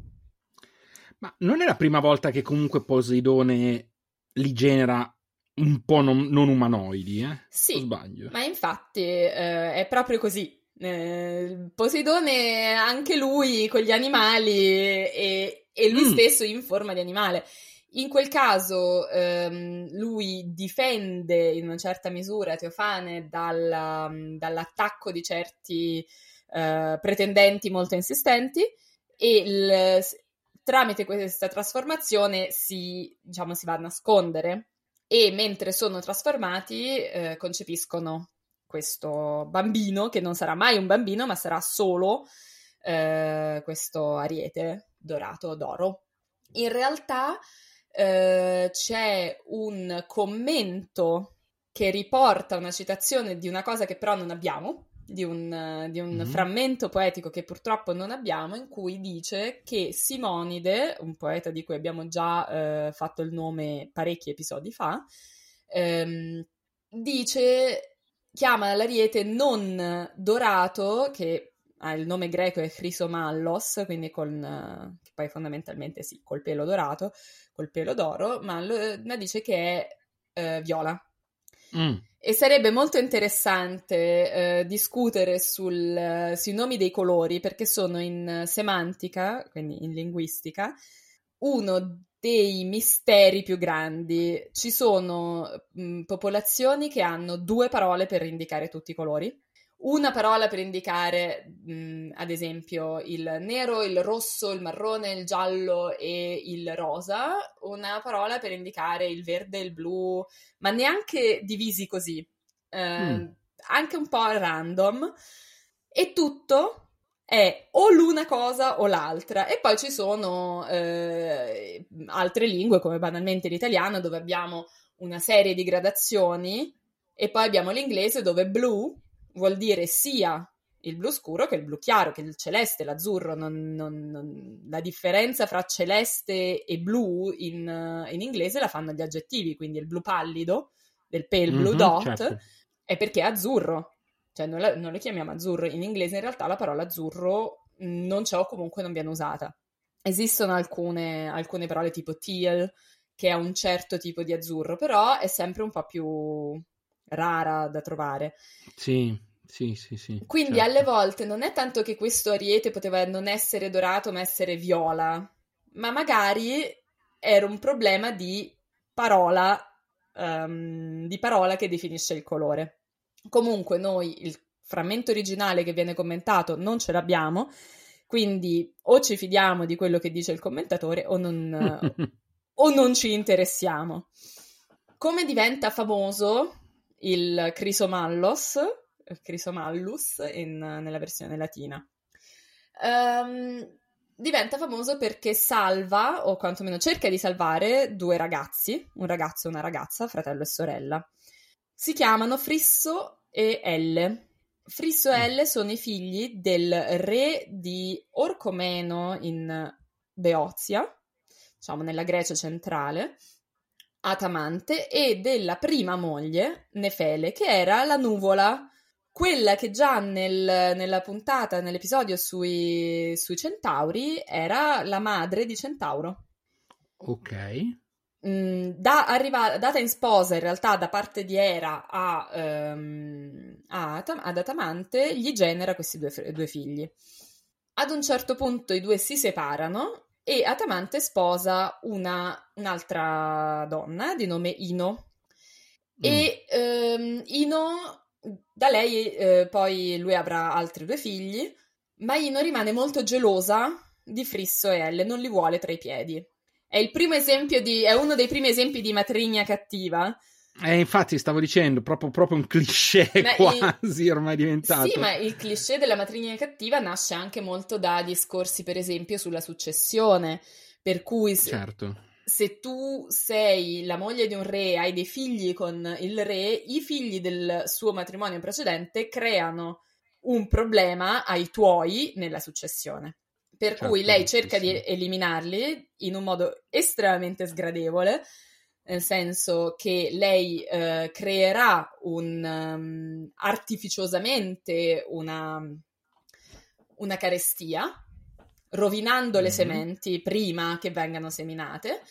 Ma non è la prima volta che comunque Poseidone li genera un po' non, non umanoidi, eh? Sì, o sbaglio? Ma infatti eh, è proprio così. Eh, Poseidone, anche lui con gli animali e, e lui mm. stesso in forma di animale. In quel caso ehm, lui difende in una certa misura Teofane dalla, dall'attacco di certi eh, pretendenti molto insistenti e il, tramite questa trasformazione si, diciamo, si va a nascondere. E mentre sono trasformati eh, concepiscono questo bambino, che non sarà mai un bambino, ma sarà solo eh, questo ariete dorato d'oro. In realtà eh, c'è un commento che riporta una citazione di una cosa che però non abbiamo, di un, di un mm-hmm. frammento poetico che purtroppo non abbiamo, in cui dice che Simonide, un poeta di cui abbiamo già eh, fatto il nome parecchi episodi fa, ehm, dice, chiama l'ariete non dorato, che ha il nome greco è Chrysomallos, quindi con, che poi fondamentalmente sì, col pelo dorato, col pelo d'oro, ma, lo, ma dice che è eh, viola. Mm. E sarebbe molto interessante eh, discutere sul, sui nomi dei colori, perché sono in semantica, quindi in linguistica, uno dei misteri più grandi. Ci sono mh, popolazioni che hanno due parole per indicare tutti i colori. Una parola per indicare, mh, ad esempio, il nero, il rosso, il marrone, il giallo e il rosa. Una parola per indicare il verde, il blu, ma neanche divisi così. Eh, mm. Anche un po' random. E tutto è o l'una cosa o l'altra. E poi ci sono eh, altre lingue, come banalmente l'italiano, dove abbiamo una serie di gradazioni, e poi abbiamo l'inglese dove blu vuol dire sia il blu scuro che il blu chiaro, che il celeste, l'azzurro. Non, non, non... La differenza fra celeste e blu in, in inglese la fanno gli aggettivi, quindi il blu pallido, del pale blue mm-hmm, dot, certo. È perché è azzurro. Cioè non, la, non lo chiamiamo azzurro, in inglese in realtà la parola azzurro non c'è o comunque non viene usata. Esistono alcune, alcune parole tipo teal, che è un certo tipo di azzurro, però è sempre un po' più rara da trovare. Sì, sì, sì, sì. Quindi certo. alle volte non è tanto che questo ariete poteva non essere dorato ma essere viola, ma magari era un problema di parola, um, di parola che definisce il colore. Comunque noi il frammento originale che viene commentato non ce l'abbiamo, quindi o ci fidiamo di quello che dice il commentatore o non, o non ci interessiamo. Come diventa famoso il Chrysomallos, Chrysomallus in, nella versione latina? Um, diventa famoso perché salva, o quantomeno cerca di salvare, due ragazzi, un ragazzo e una ragazza, fratello e sorella. Si chiamano Frisso e Elle. Frisso e Elle sono i figli del re di Orcomeno in Beozia, diciamo nella Grecia centrale, Atamante, e della prima moglie, Nefele, che era la nuvola, quella che già nel, nella puntata, nell'episodio sui, sui centauri, era la madre di Centauro. Ok. Mm, da arriva, data in sposa in realtà da parte di Era a, um, a, ad Atamante, gli genera questi due, due figli. Ad un certo punto i due si separano e Atamante sposa una, un'altra donna di nome Ino. Mm. E um, Ino, da lei eh, poi lui avrà altri due figli, ma Ino rimane molto gelosa di Frisso e Elle, non li vuole tra i piedi. È il primo esempio di, è uno dei primi esempi di matrigna cattiva. Eh, infatti stavo dicendo, proprio, proprio un cliché ma quasi il, ormai diventato. Sì, ma il cliché della matrigna cattiva nasce anche molto da discorsi, per esempio, sulla successione, per cui se, certo. se tu sei la moglie di un re, hai dei figli con il re, i figli del suo matrimonio precedente creano un problema ai tuoi nella successione. Per certo, cui lei cerca sì, di sì. eliminarli in un modo estremamente sgradevole, nel senso che lei eh, creerà un, um, artificiosamente una, una carestia, rovinando mm-hmm. le sementi prima che vengano seminate,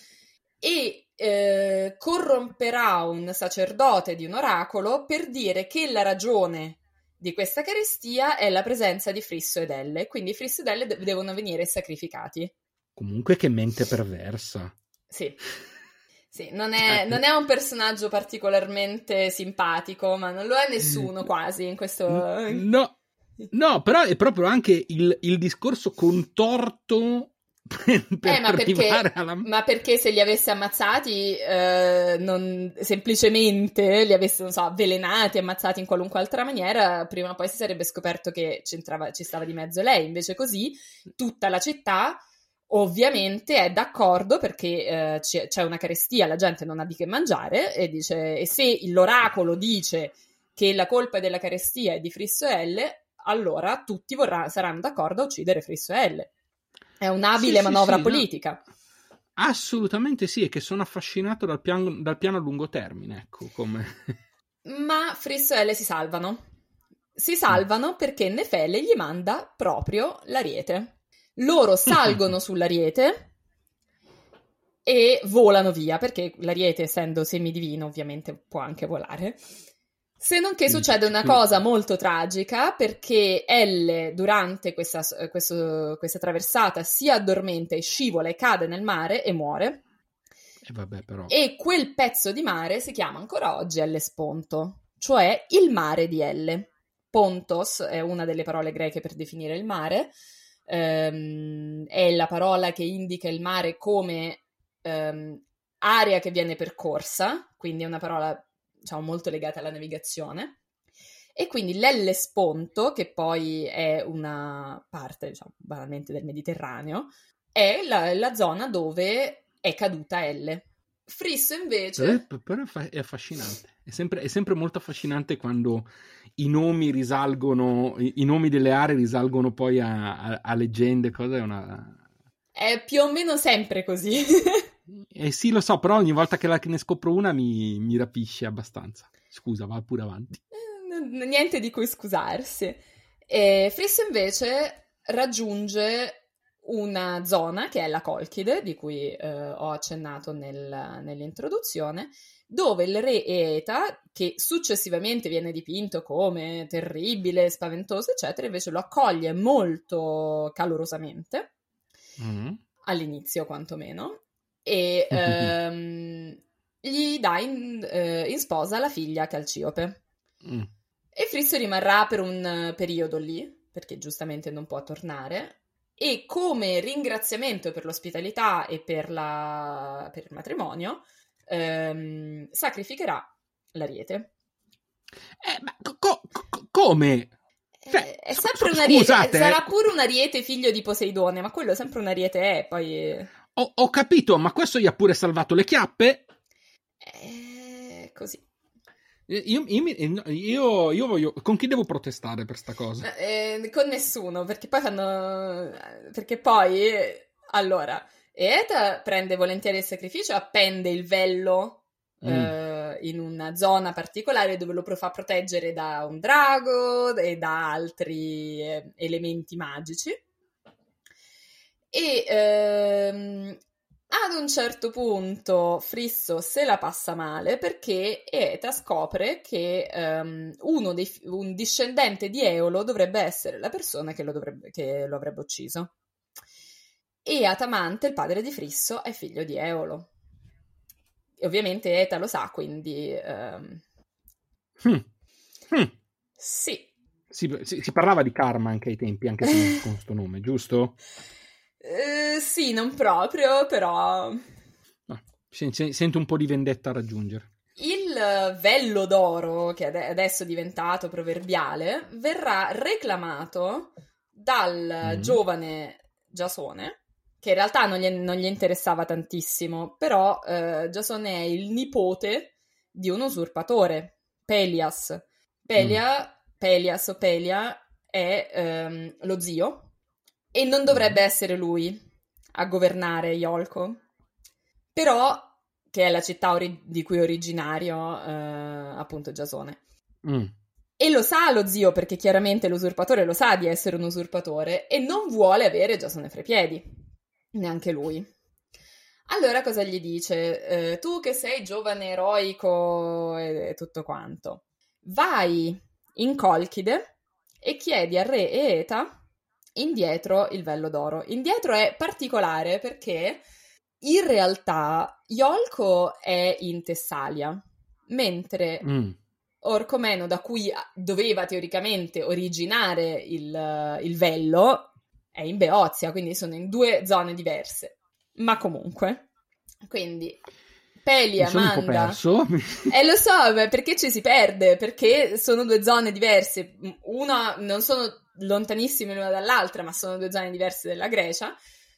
e eh, corromperà un sacerdote di un oracolo per dire che la ragione di questa carestia è la presenza di Frisso ed Elle, quindi Frisso ed Elle de- devono venire sacrificati. Comunque che mente perversa. Sì, sì, non è, non è un personaggio particolarmente simpatico, ma non lo è nessuno quasi in questo... No, no, però è proprio anche il, il discorso contorto per, per eh, ma perché, alla... ma perché se li avesse ammazzati, eh, non, semplicemente li avesse, non so, avvelenati, ammazzati in qualunque altra maniera, prima o poi si sarebbe scoperto che c'entrava, ci stava di mezzo lei. Invece così tutta la città ovviamente è d'accordo perché eh, c'è, c'è una carestia, la gente non ha di che mangiare, e dice, e se l'oracolo dice che la colpa della carestia è di Frisso e Elle, allora tutti vorrà, saranno d'accordo a uccidere Frisso e Elle. È un'abile sì, manovra sì, sì, politica. No. Assolutamente sì, è che sono affascinato dal piano, dal piano a lungo termine, ecco come. Ma Frisso e Elle si salvano. si salvano perché Nefele gli manda proprio l'ariete. Loro salgono sull'ariete e volano via, perché l'ariete, essendo semidivino, ovviamente può anche volare. Se non che succede una cosa molto tragica, perché Elle, durante questa, questo, questa traversata, si addormenta e scivola e cade nel mare e muore. E vabbè, però. E quel pezzo di mare si chiama ancora oggi Ellesponto, cioè il mare di Elle. Pontos è una delle parole greche per definire il mare, ehm, è la parola che indica il mare come ehm, area che viene percorsa, quindi è una parola, diciamo, molto legata alla navigazione. E quindi l'Ellesponto, che poi è una parte, diciamo, banalmente del Mediterraneo, è la, la zona dove è caduta Elle. Frisso invece... Però, però è affascinante, è sempre, è sempre molto affascinante quando i nomi risalgono, i, i nomi delle aree risalgono poi a, a, a leggende, cosa è una... È più o meno sempre così. Eh sì, lo so, però ogni volta che, la, che ne scopro una mi, mi rapisce abbastanza. Scusa, va pure avanti. Niente di cui scusarsi. E Frisso invece raggiunge una zona che è la Colchide, di cui eh, ho accennato nel, nell'introduzione, dove il re Eeta, che successivamente viene dipinto come terribile, spaventoso, eccetera, invece lo accoglie molto calorosamente, mm. all'inizio quantomeno, e ehm, gli dà in, eh, in sposa la figlia Calciope. Mm. E Frisso rimarrà per un periodo lì, perché giustamente non può tornare, e come ringraziamento per l'ospitalità e per, la, per il matrimonio ehm, sacrificherà l'ariete. Eh, ma co- co- come? Cioè, è sempre un ariete, sarà pure un ariete figlio di Poseidone, ma quello sempre un ariete è, poi... Ho, ho capito, ma questo gli ha pure salvato le chiappe? Eh, così. Io, io, io, io voglio... Con chi devo protestare per sta cosa? Eh, con nessuno, perché poi fanno... Perché poi... Allora, Eeta prende volentieri il sacrificio, appende il vello mm. eh, in una zona particolare dove lo fa proteggere da un drago e da altri eh, elementi magici. E... Ehm, ad un certo punto Frisso se la passa male perché Eeta scopre che um, uno dei, un discendente di Eolo dovrebbe essere la persona che lo, dovrebbe, che lo avrebbe ucciso. E Atamante, il padre di Frisso, è figlio di Eolo. E ovviamente Eeta lo sa, quindi... Um... Hmm. Hmm. Sì. Si, si, si parlava di karma anche ai tempi, anche con, con questo nome, giusto? Uh, sì, non proprio, però... No, sento un po' di vendetta a raggiungere. Il vello d'oro, che adesso è diventato proverbiale, verrà reclamato dal mm. giovane Giasone, che in realtà non gli, non gli interessava tantissimo, però eh, Giasone è il nipote di un usurpatore, Pelias. Pelia, mm. Pelias o Pelia è ehm, lo zio, e non dovrebbe essere lui a governare Iolco, però che è la città ori- di cui è originario eh, appunto Giasone. Mm. E lo sa lo zio, perché chiaramente l'usurpatore lo sa di essere un usurpatore e non vuole avere Giasone fra i piedi, neanche lui. Allora cosa gli dice? Eh, tu che sei giovane eroico e, e tutto quanto, vai in Colchide e chiedi al re Eeta indietro il vello d'oro. Indietro è particolare perché in realtà Iolco è in Tessalia, mentre mm. Orcomeno, da cui doveva teoricamente originare il, il vello, è in Beozia, quindi sono in due zone diverse. Ma comunque, quindi Pelia Mi sono manda... un po' perso. Eh lo so, perché ci si perde, perché sono due zone diverse. Una, non sono lontanissime l'una dall'altra, ma sono due zone diverse della Grecia.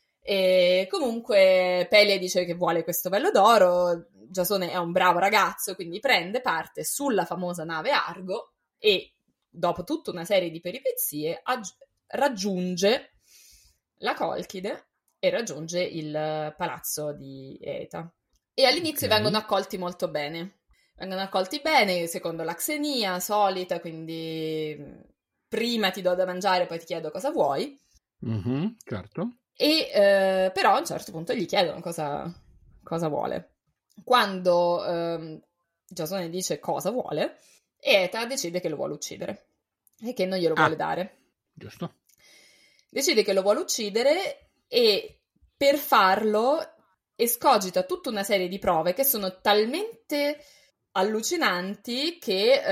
E comunque Pelia dice che vuole questo vello d'oro. Giasone è un bravo ragazzo, quindi prende parte sulla famosa nave Argo e dopo tutta una serie di peripezie aggi- raggiunge la Colchide e raggiunge il palazzo di Eeta. E all'inizio okay. vengono accolti molto bene. Vengono accolti bene, secondo la Xenia, solita, quindi prima ti do da mangiare, poi ti chiedo cosa vuoi. Mm-hmm, certo. E eh, però a un certo punto gli chiedono cosa, cosa vuole. Quando eh, Giasone dice cosa vuole, Eta decide che lo vuole uccidere e che non glielo Ah, vuole dare. giusto. Decide che lo vuole uccidere e per farlo escogita tutta una serie di prove che sono talmente allucinanti che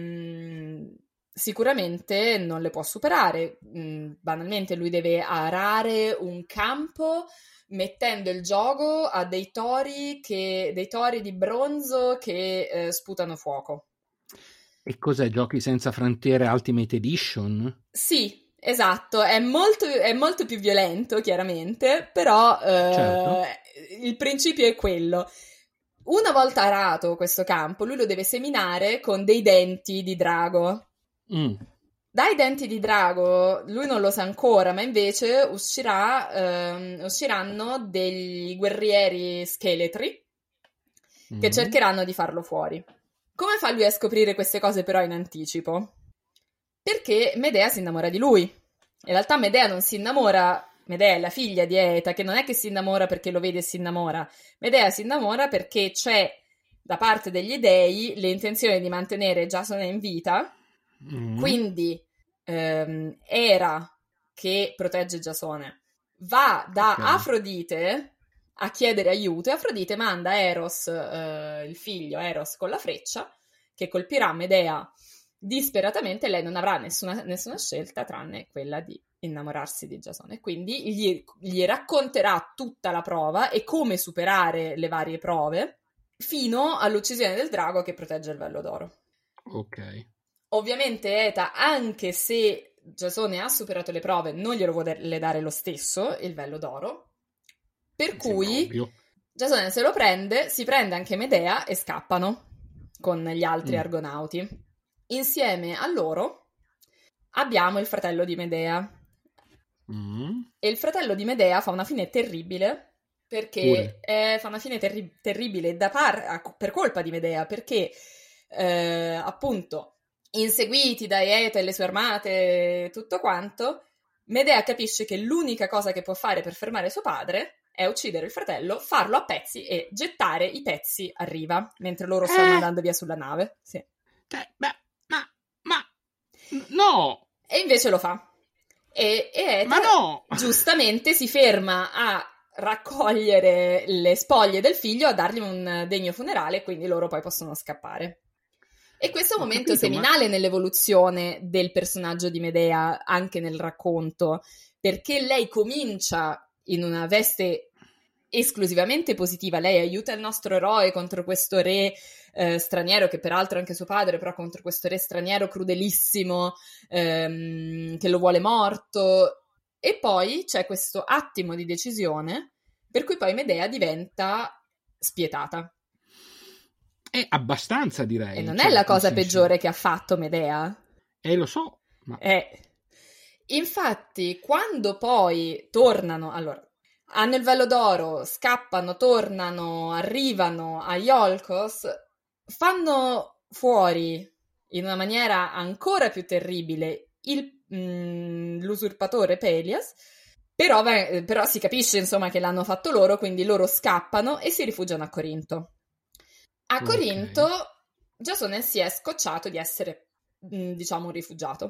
ehm, sicuramente non le può superare. Mm, banalmente lui deve arare un campo mettendo il gioco a dei tori, che, dei tori di bronzo che eh, sputano fuoco. E cos'è Giochi senza frontiere Ultimate Edition? Sì, esatto, è molto, è molto più violento, chiaramente, però eh, Certo. il principio è quello. Una volta arato questo campo, lui lo deve seminare con dei denti di drago. Mm. Dai denti di drago, lui non lo sa ancora, ma invece uscirà, ehm, usciranno degli guerrieri scheletri che Mm. cercheranno di farlo fuori. Come fa lui a scoprire queste cose però in anticipo? Perché Medea si innamora di lui. In realtà Medea non si innamora, Medea è la figlia di Eta, che non è che si innamora perché lo vede e si innamora. Medea si innamora perché c'è da parte degli dei l'intenzione di mantenere Giasone in vita, Mm. quindi ehm, Era, che protegge Giasone, va da Ok. Afrodite a chiedere aiuto e Afrodite manda Eros, eh, il figlio Eros con la freccia, che colpirà Medea disperatamente. Lei non avrà nessuna, nessuna scelta tranne quella di innamorarsi di Giasone. Quindi gli, gli racconterà tutta la prova e come superare le varie prove fino all'uccisione del drago che protegge il vello d'oro. Ok. Ovviamente Eta, anche se Giasone ha superato le prove, non glielo vuole dare lo stesso, il vello d'oro. Per Mi sembra cui ovvio. Giasone se lo prende, si prende anche Medea e scappano con gli altri Mm. argonauti. Insieme a loro abbiamo il fratello di Medea. Mm. E il fratello di Medea fa una fine terribile, perché eh, fa una fine terri- terribile da par- per colpa di Medea, perché eh, appunto inseguiti da Eta e le sue armate e tutto quanto, Medea capisce che l'unica cosa che può fare per fermare suo padre è uccidere il fratello, farlo a pezzi e gettare i pezzi a riva, mentre loro stanno Eh. andando via sulla nave. Sì. Eh, beh, ma, ma, no! E invece lo fa. E, e Eta, Ma no! giustamente si ferma a raccogliere le spoglie del figlio, a dargli un degno funerale, quindi loro poi possono scappare. E questo è un Ho momento capito, seminale ma... nell'evoluzione del personaggio di Medea, anche nel racconto, perché lei comincia in una veste esclusivamente positiva. Lei aiuta il nostro eroe contro questo re eh, straniero, che peraltro è anche suo padre, però contro questo re straniero crudelissimo ehm, che lo vuole morto. E poi c'è questo attimo di decisione per cui poi Medea diventa spietata. È abbastanza, direi. E non cioè, è la nel cosa senso- peggiore che ha fatto Medea. Eh, lo so, ma... Eh. Infatti, quando poi tornano, allora, hanno il vello d'oro, scappano, tornano, arrivano a Iolcos, fanno fuori in una maniera ancora più terribile il, mm, l'usurpatore Pelias, però, beh, però si capisce insomma che l'hanno fatto loro, quindi loro scappano e si rifugiano a Corinto. A Corinto Ok. Giasone si è scocciato di essere, mm, diciamo, un rifugiato.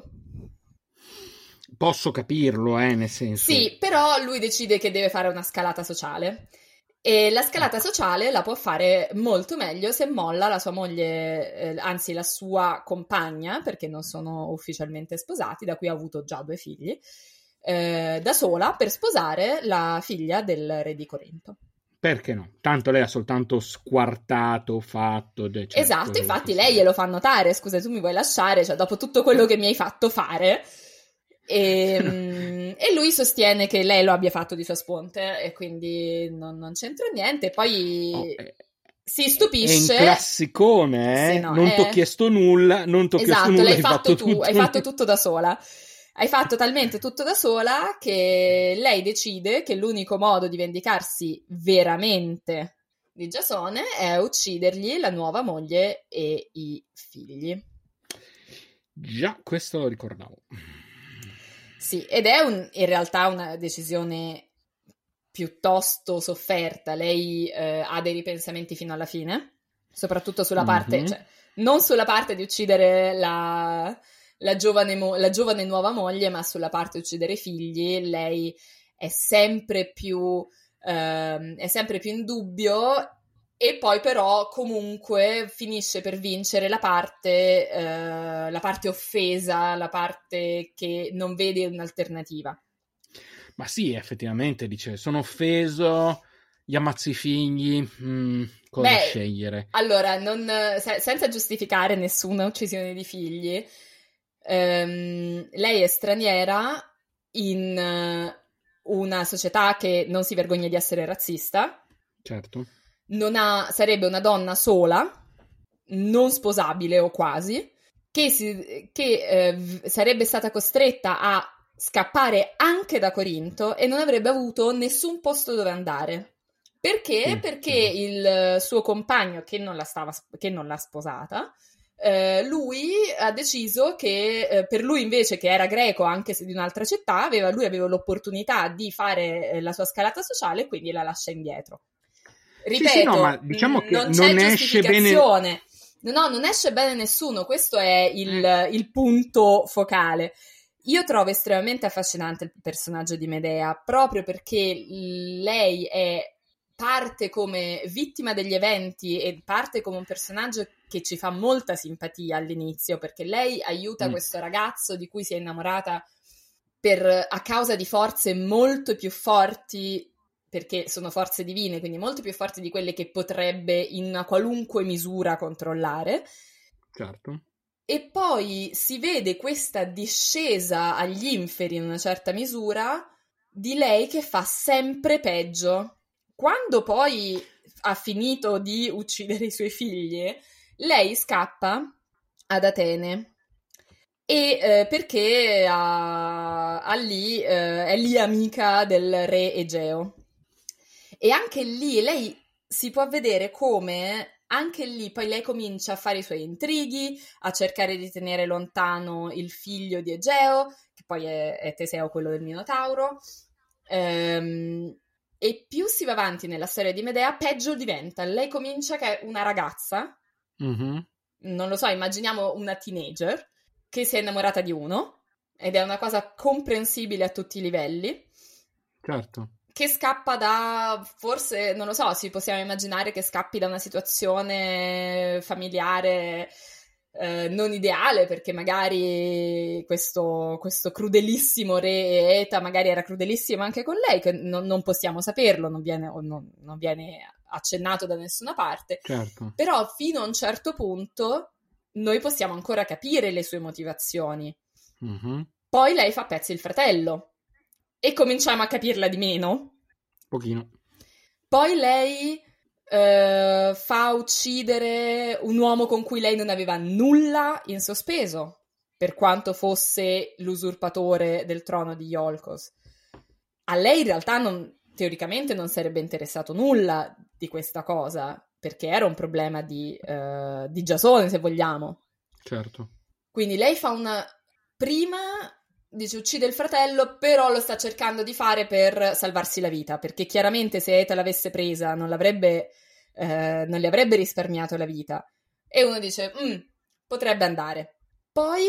Posso capirlo, eh, nel senso... Sì, però lui decide che deve fare una scalata sociale. E la scalata Ecco. sociale la può fare molto meglio se molla la sua moglie, eh, anzi la sua compagna, perché non sono ufficialmente sposati, da cui ha avuto già due figli, eh, da sola per sposare la figlia del re di Corinto. Perché no? Tanto lei ha soltanto squartato, fatto... de- cioè, Esatto, quello infatti che lei sia. glielo fa notare, scusa, tu mi vuoi lasciare, cioè dopo tutto quello che mi hai fatto fare... E, mm, e lui sostiene che lei lo abbia fatto di sua sponte e quindi non, non c'entra niente. Poi Oh, eh, si stupisce. È un classicone, eh? Sì, no, non ti ho è- chiesto nulla, non ti ho chiesto Esatto, nulla, l'hai hai fatto tu, tutto. hai fatto tutto da sola. Hai fatto talmente tutto da sola che lei decide che l'unico modo di vendicarsi veramente di Giasone è uccidergli la nuova moglie e i figli. Già, questo lo ricordavo. Sì, ed è un, in realtà una decisione piuttosto sofferta. Lei eh, ha dei ripensamenti fino alla fine, soprattutto sulla parte, Mm-hmm. cioè non sulla parte di uccidere la, la, giovane mo- la giovane nuova moglie, ma sulla parte di uccidere i figli. Lei è sempre più, ehm, è sempre più in dubbio. E poi però comunque finisce per vincere la parte, eh, la parte offesa, la parte che non vede un'alternativa. Ma sì, effettivamente, dice, sono offeso, gli ammazzi i figli, mm, cosa Beh, scegliere? allora, non, se- senza giustificare nessuna uccisione di figli, ehm, lei è straniera in eh, una società che non si vergogna di essere razzista. Certo. Non ha, sarebbe una donna sola, non sposabile o quasi, che, si, che eh, v- sarebbe stata costretta a scappare anche da Corinto e non avrebbe avuto nessun posto dove andare. Perché? Sì, Perché chiaro. il suo compagno, che non la stava, che non l'ha sposata, eh, lui ha deciso che eh, per lui invece, che era greco anche se di un'altra città, aveva, lui aveva l'opportunità di fare eh, la sua scalata sociale e quindi la lascia indietro. Sì, sì, no, ma Ripeto, diciamo mh, che non c'è non esce bene. giustificazione. No, non esce bene nessuno, questo è il, il punto focale. Io trovo estremamente affascinante il personaggio di Medea, proprio perché lei è parte come vittima degli eventi e parte come un personaggio che ci fa molta simpatia all'inizio, perché lei aiuta Mm. questo ragazzo di cui si è innamorata per, a causa di forze molto più forti, perché sono forze divine, quindi molto più forti di quelle che potrebbe in una qualunque misura controllare. Certo. E poi si vede questa discesa agli inferi in una certa misura di lei che fa sempre peggio. Quando poi ha finito di uccidere i suoi figli, lei scappa ad Atene. E eh, perché ha, ha lì, eh, è lì amica del re Egeo. E anche lì lei si può vedere come anche lì poi lei comincia a fare i suoi intrighi, a cercare di tenere lontano il figlio di Egeo, che poi è, è Teseo, quello del Minotauro. Ehm, e più si va avanti nella storia di Medea, peggio diventa. Lei comincia che è una ragazza, Mm-hmm. non lo so, immaginiamo una teenager che si è innamorata di uno, ed è una cosa comprensibile a tutti i livelli, Certo. che scappa da, forse, non lo so, si possiamo immaginare che scappi da una situazione familiare eh, non ideale, perché magari questo, questo crudelissimo re Eta magari era crudelissimo anche con lei, che non, non possiamo saperlo, non viene, non, non viene accennato da nessuna parte, Certo. però fino a un certo punto noi possiamo ancora capire le sue motivazioni. Mm-hmm. Poi lei fa a pezzi il fratello e cominciamo a capirla di meno. Pochino. Poi lei eh, fa uccidere un uomo con cui lei non aveva nulla in sospeso, per quanto fosse l'usurpatore del trono di Iolcos. A lei in realtà non, teoricamente non sarebbe interessato nulla di questa cosa, perché era un problema di, eh, di Giasone, se vogliamo. Certo. Quindi lei fa una... Prima dice uccide il fratello, però lo sta cercando di fare per salvarsi la vita, perché chiaramente se Eta l'avesse presa non l'avrebbe, eh, non le avrebbe risparmiato la vita. E uno dice, mm, potrebbe andare. Poi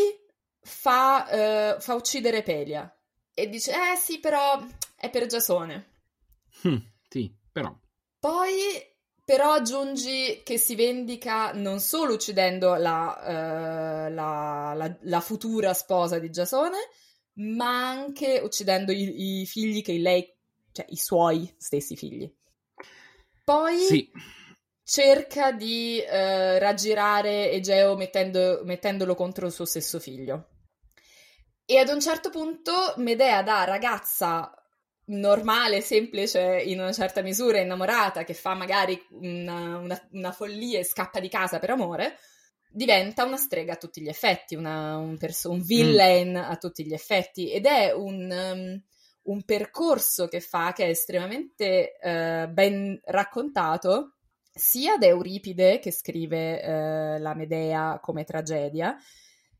fa, eh, fa uccidere Pelia e dice, eh sì, però è per Giasone. Mm, sì, però. Poi però aggiungi che si vendica non solo uccidendo la, eh, la, la, la futura sposa di Giasone, ma anche uccidendo i, i figli che lei, cioè i suoi stessi figli. Poi Sì. cerca di eh, raggirare Egeo mettendo, mettendolo contro il suo stesso figlio. E ad un certo punto Medea, da ragazza normale, semplice, in una certa misura, innamorata, che fa magari una, una, una follia e scappa di casa per amore, diventa una strega a tutti gli effetti, una, un, perso- un villain mm. a tutti gli effetti, ed è un, um, un percorso che fa che è estremamente uh, ben raccontato, sia da Euripide, che scrive uh, la Medea come tragedia,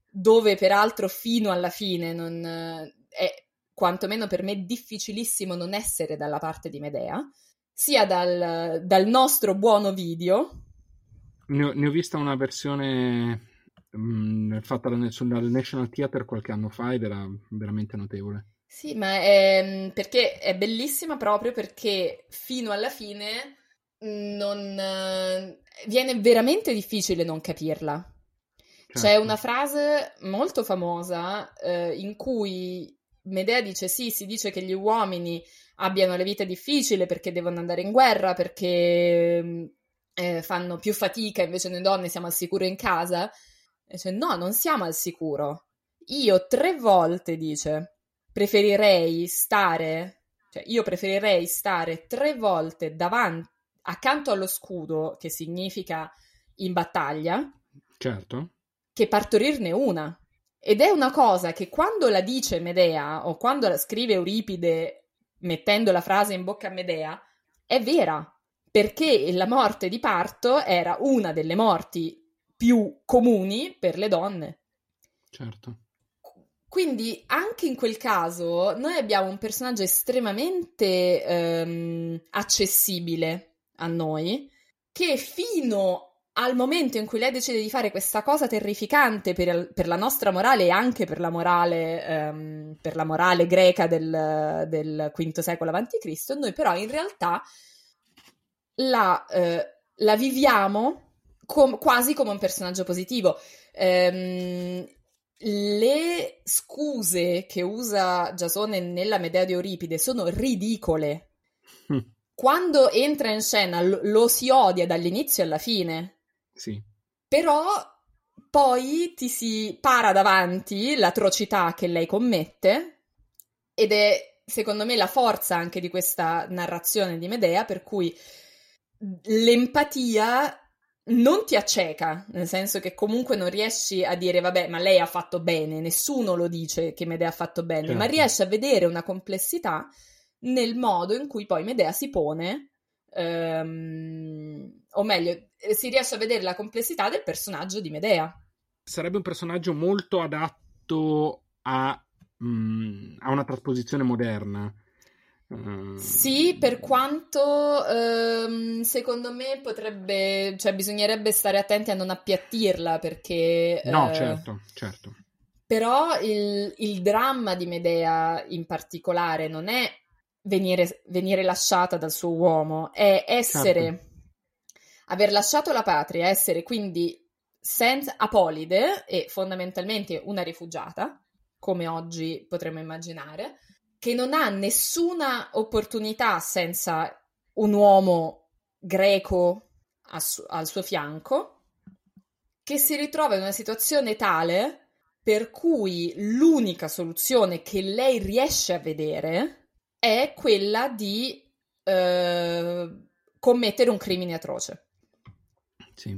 dove peraltro fino alla fine non è, quantomeno per me, difficilissimo non essere dalla parte di Medea, sia dal, dal nostro buono video. Ne ho, ne ho vista una versione mh, fatta dal, sul National Theatre qualche anno fa ed era veramente notevole. Sì, ma è, perché è bellissima proprio perché fino alla fine non viene veramente difficile non capirla. Certo. C'è una frase molto famosa eh, in cui Medea dice sì, si dice che gli uomini abbiano le vite difficili perché devono andare in guerra, perché eh, fanno più fatica, invece noi donne siamo al sicuro in casa. E dice no, non siamo al sicuro. Io tre volte, dice, preferirei stare, cioè io preferirei stare tre volte davanti, accanto allo scudo, che significa in battaglia, certo, che partorirne una. Ed è una cosa che quando la dice Medea, o quando la scrive Euripide mettendo la frase in bocca a Medea, è vera, perché la morte di parto era una delle morti più comuni per le donne. certo. Quindi anche in quel caso noi abbiamo un personaggio estremamente ehm, accessibile a noi, che fino al momento in cui lei decide di fare questa cosa terrificante per, per la nostra morale e anche per la morale, ehm, per la morale greca del, del quinto secolo avanti Cristo, noi però in realtà la, eh, la viviamo com- quasi come un personaggio positivo. Ehm, le scuse che usa Giasone nella Medea di Euripide sono ridicole. Mm. Quando entra in scena lo, lo si odia dall'inizio alla fine. Sì. Però poi ti si para davanti l'atrocità che lei commette ed è, secondo me, la forza anche di questa narrazione di Medea, per cui l'empatia non ti acceca, nel senso che comunque non riesci a dire vabbè, ma lei ha fatto bene, nessuno lo dice che Medea ha fatto bene, certo. ma riesci a vedere una complessità nel modo in cui poi Medea si pone, ehm, o meglio, si riesce a vedere la complessità del personaggio di Medea. Sarebbe un personaggio molto adatto a, mh, a una trasposizione moderna. Uh... Sì, per quanto ehm, secondo me potrebbe, cioè bisognerebbe stare attenti a non appiattirla perché... No, eh, certo, certo. Però il, il dramma di Medea in particolare non è venire, venire lasciata dal suo uomo, è essere, certo. aver lasciato la patria, essere quindi senza apolide e fondamentalmente una rifugiata, come oggi potremmo immaginare, che non ha nessuna opportunità senza un uomo greco a su- al suo fianco, che si ritrova in una situazione tale per cui l'unica soluzione che lei riesce a vedere è quella di eh, commettere un crimine atroce. Sì.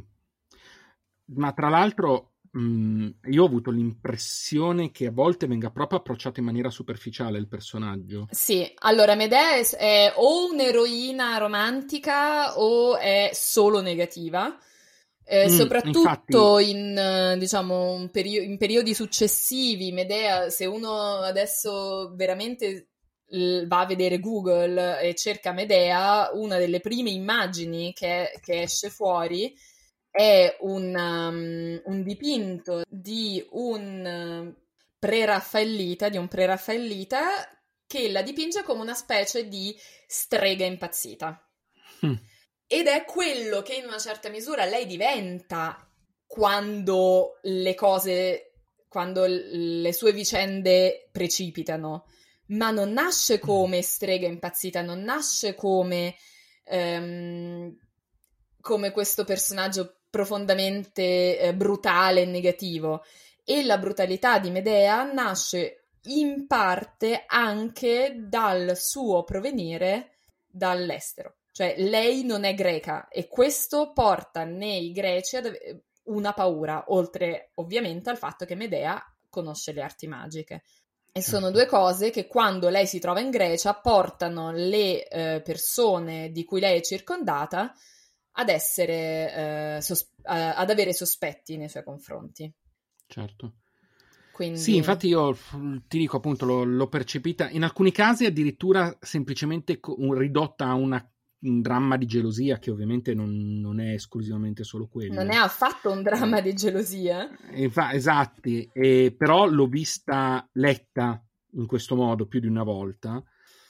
Ma tra l'altro mh, io ho avuto l'impressione che a volte venga proprio approcciato in maniera superficiale il personaggio. Sì, allora Medea è, è o un'eroina romantica o è solo negativa. Eh, Mm, soprattutto infatti, in, eh, diciamo, un perio- in periodi successivi, Medea, se uno adesso veramente l- va a vedere Google e cerca Medea, una delle prime immagini che, che esce fuori è un, um, un dipinto di un pre-raffaellita, di un pre-raffaellita che la dipinge come una specie di strega impazzita. mm, Ed è quello che in una certa misura lei diventa quando le cose, quando le sue vicende precipitano, ma non nasce come strega impazzita, non nasce come, ehm, come questo personaggio profondamente eh, brutale e negativo. E la brutalità di Medea nasce in parte anche dal suo provenire dall'estero. Cioè, lei non è greca e questo porta nei greci ad avere una paura, oltre ovviamente al fatto che Medea conosce le arti magiche. E certo. sono due cose che quando lei si trova in Grecia portano le eh, persone di cui lei è circondata ad essere, eh, sos- ad avere sospetti nei suoi confronti. Certo. Quindi... Sì, infatti io ti dico appunto, l'ho, l'ho percepita in alcuni casi addirittura semplicemente co- un- ridotta a una, un dramma di gelosia, che ovviamente non, non è esclusivamente solo quello. Non è affatto un dramma di gelosia. Infa- esatti, e però l'ho vista letta in questo modo più di una volta,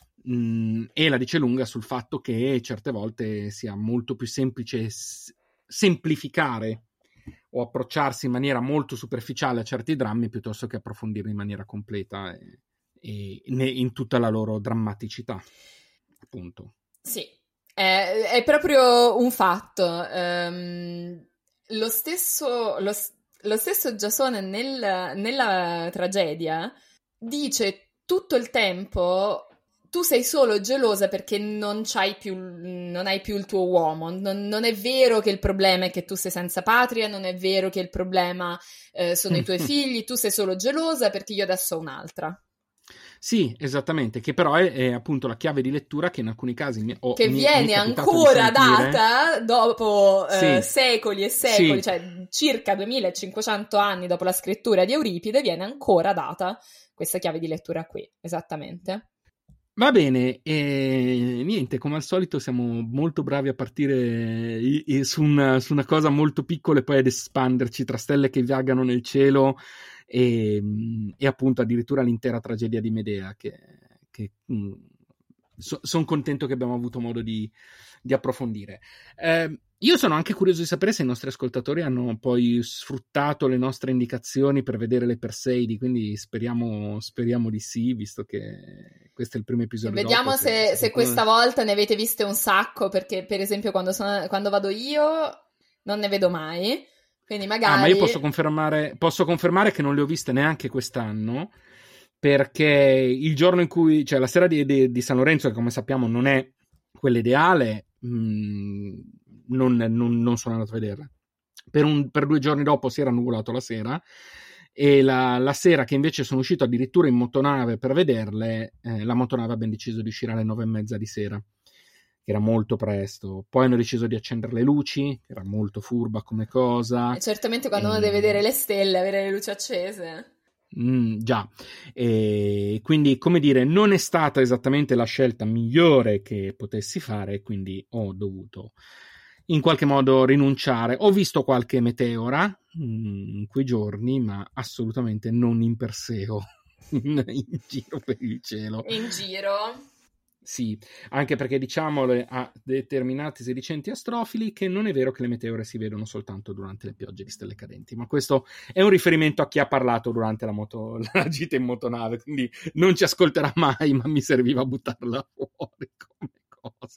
mh, e la dice lunga sul fatto che certe volte sia molto più semplice s- semplificare o approcciarsi in maniera molto superficiale a certi drammi piuttosto che approfondirli in maniera completa e, e ne- in tutta la loro drammaticità, appunto. Sì, è, è proprio un fatto. Ehm, lo stesso, lo, s- lo stesso Giasone nel- nella tragedia dice tutto il tempo: tu sei solo gelosa perché non c'hai più, non hai più il tuo uomo. Non, non è vero che il problema è che tu sei senza patria, non è vero che il problema eh, sono i tuoi figli, tu sei solo gelosa perché io adesso ho un'altra. Sì, esattamente, che però è, è appunto la chiave di lettura che in alcuni casi mi, ho, Che mi, mi è viene capitato di ancora sentire. data dopo Sì. eh, secoli e secoli, Sì. cioè circa duemilacinquecento anni dopo la scrittura di Euripide, viene ancora data questa chiave di lettura qui, esattamente. Va bene, e niente, come al solito siamo molto bravi a partire i- i- su, una, su una cosa molto piccola e poi ad espanderci tra stelle che vagano nel cielo e, e appunto addirittura l'intera tragedia di Medea, che, che so, sono contento che abbiamo avuto modo di, di approfondire. Eh, io sono anche curioso di sapere se i nostri ascoltatori hanno poi sfruttato le nostre indicazioni per vedere le Perseidi, quindi speriamo, speriamo di sì, visto che questo è il primo episodio. Vediamo dopo, se, se, se se questa volta ne avete viste un sacco, perché per esempio quando, sono, quando vado io non ne vedo mai, quindi magari... Ah, ma io posso confermare, posso confermare che non le ho viste neanche quest'anno, perché il giorno in cui, cioè la sera di, di, di San Lorenzo, che come sappiamo non è quella ideale, mh, non, non, non sono andato a vederla. Per, un, per due giorni dopo si era nuvolato la sera, e la, la sera che invece sono uscito addirittura in motonave per vederle, eh, la motonave ha ben deciso di uscire alle nove e mezza di sera, che era molto presto. Poi hanno deciso di accendere le luci, che era molto furba come cosa. E certamente quando e... uno deve vedere le stelle, avere le luci accese... Mm, già, e quindi come dire, non è stata esattamente la scelta migliore che potessi fare, quindi ho dovuto in qualche modo rinunciare. Ho visto qualche meteora mm, in quei giorni, ma assolutamente non in Perseo, in, in giro per il cielo. In giro... Sì, anche perché diciamole a determinati sedicenti astrofili che non è vero che le meteore si vedono soltanto durante le piogge di stelle cadenti, ma questo è un riferimento a chi ha parlato durante la, moto, la gita in motonave, quindi non ci ascolterà mai, ma mi serviva a buttarla fuori come cosa.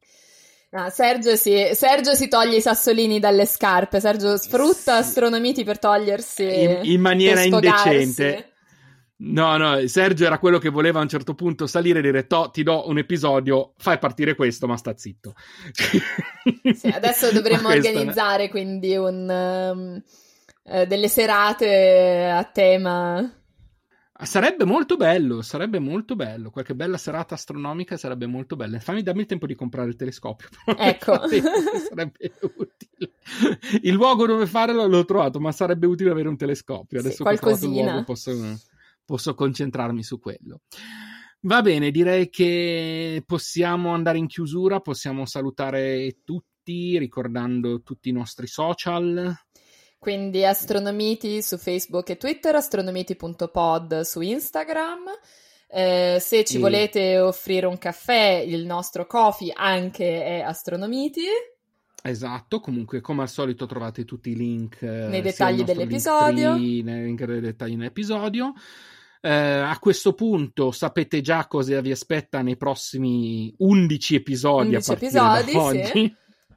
Ah, Sergio, si, Sergio si toglie i sassolini dalle scarpe, Sergio sfrutta Sì. Astronomiti per togliersi... In, in maniera per sfogarsi. indecente. No, no, Sergio era quello che voleva a un certo punto salire e dire: to, ti do un episodio, fai partire questo, ma sta zitto. Sì, adesso dovremmo organizzare ne... quindi un, um, uh, delle serate a tema. Sarebbe molto bello, sarebbe molto bello. Qualche bella serata astronomica sarebbe molto bella. Fammi dammi il tempo di comprare il telescopio. Ecco. Sarebbe utile. Il luogo dove farlo l'ho trovato, ma sarebbe utile avere un telescopio. Adesso sì, che ho trovato il qualcosina. luogo posso... posso concentrarmi su quello. Va bene, direi che possiamo andare in chiusura, possiamo salutare tutti ricordando tutti i nostri social. Quindi Astronomiti su Facebook e Twitter, astronomiti punto pod su Instagram. Eh, se ci e... volete offrire un caffè, il nostro coffee anche è Astronomiti. Esatto, comunque come al solito trovate tutti i link nei dettagli dell'episodio. Nei link dei dettagli nell'episodio. Eh, a questo punto sapete già cosa vi aspetta nei prossimi undici episodi undici a partire episodi, da oggi. Sì.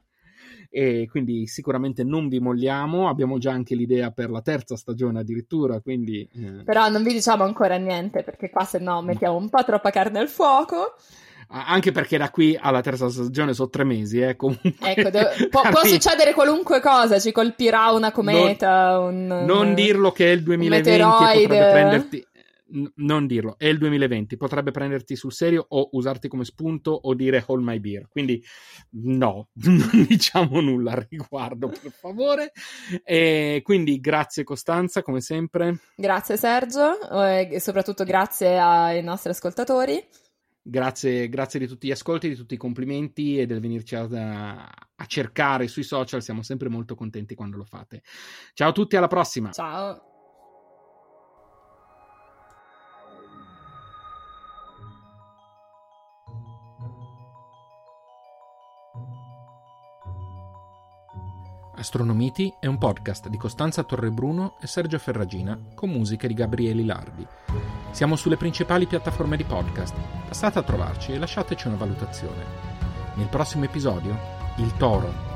E quindi sicuramente non vi molliamo, abbiamo già anche l'idea per la terza stagione addirittura, quindi eh. Però non vi diciamo ancora niente perché qua se no mettiamo un po' troppa carne al fuoco. Anche perché da qui alla terza stagione sono tre mesi, eh, comunque. Ecco, de- può, può succedere qualunque cosa, ci colpirà una cometa, non, un... Non dirlo che è il duemilaventi un e potrebbe prenderti... N- non dirlo, è il duemilaventi, potrebbe prenderti sul serio o usarti come spunto o dire hold my beer, quindi no, non diciamo nulla al riguardo, per favore. E quindi grazie Costanza, come sempre. Grazie Sergio, e soprattutto grazie ai nostri ascoltatori. Grazie, grazie di tutti gli ascolti, di tutti i complimenti e del venirci a, a cercare sui social, siamo sempre molto contenti quando lo fate. Ciao a tutti, alla prossima. Ciao. Astronomiti è un podcast di Costanza Torrebruno e Sergio Ferragina con musiche di Gabriele Lardi. Siamo sulle principali piattaforme di podcast. Passate a trovarci e lasciateci una valutazione. Nel prossimo episodio, il toro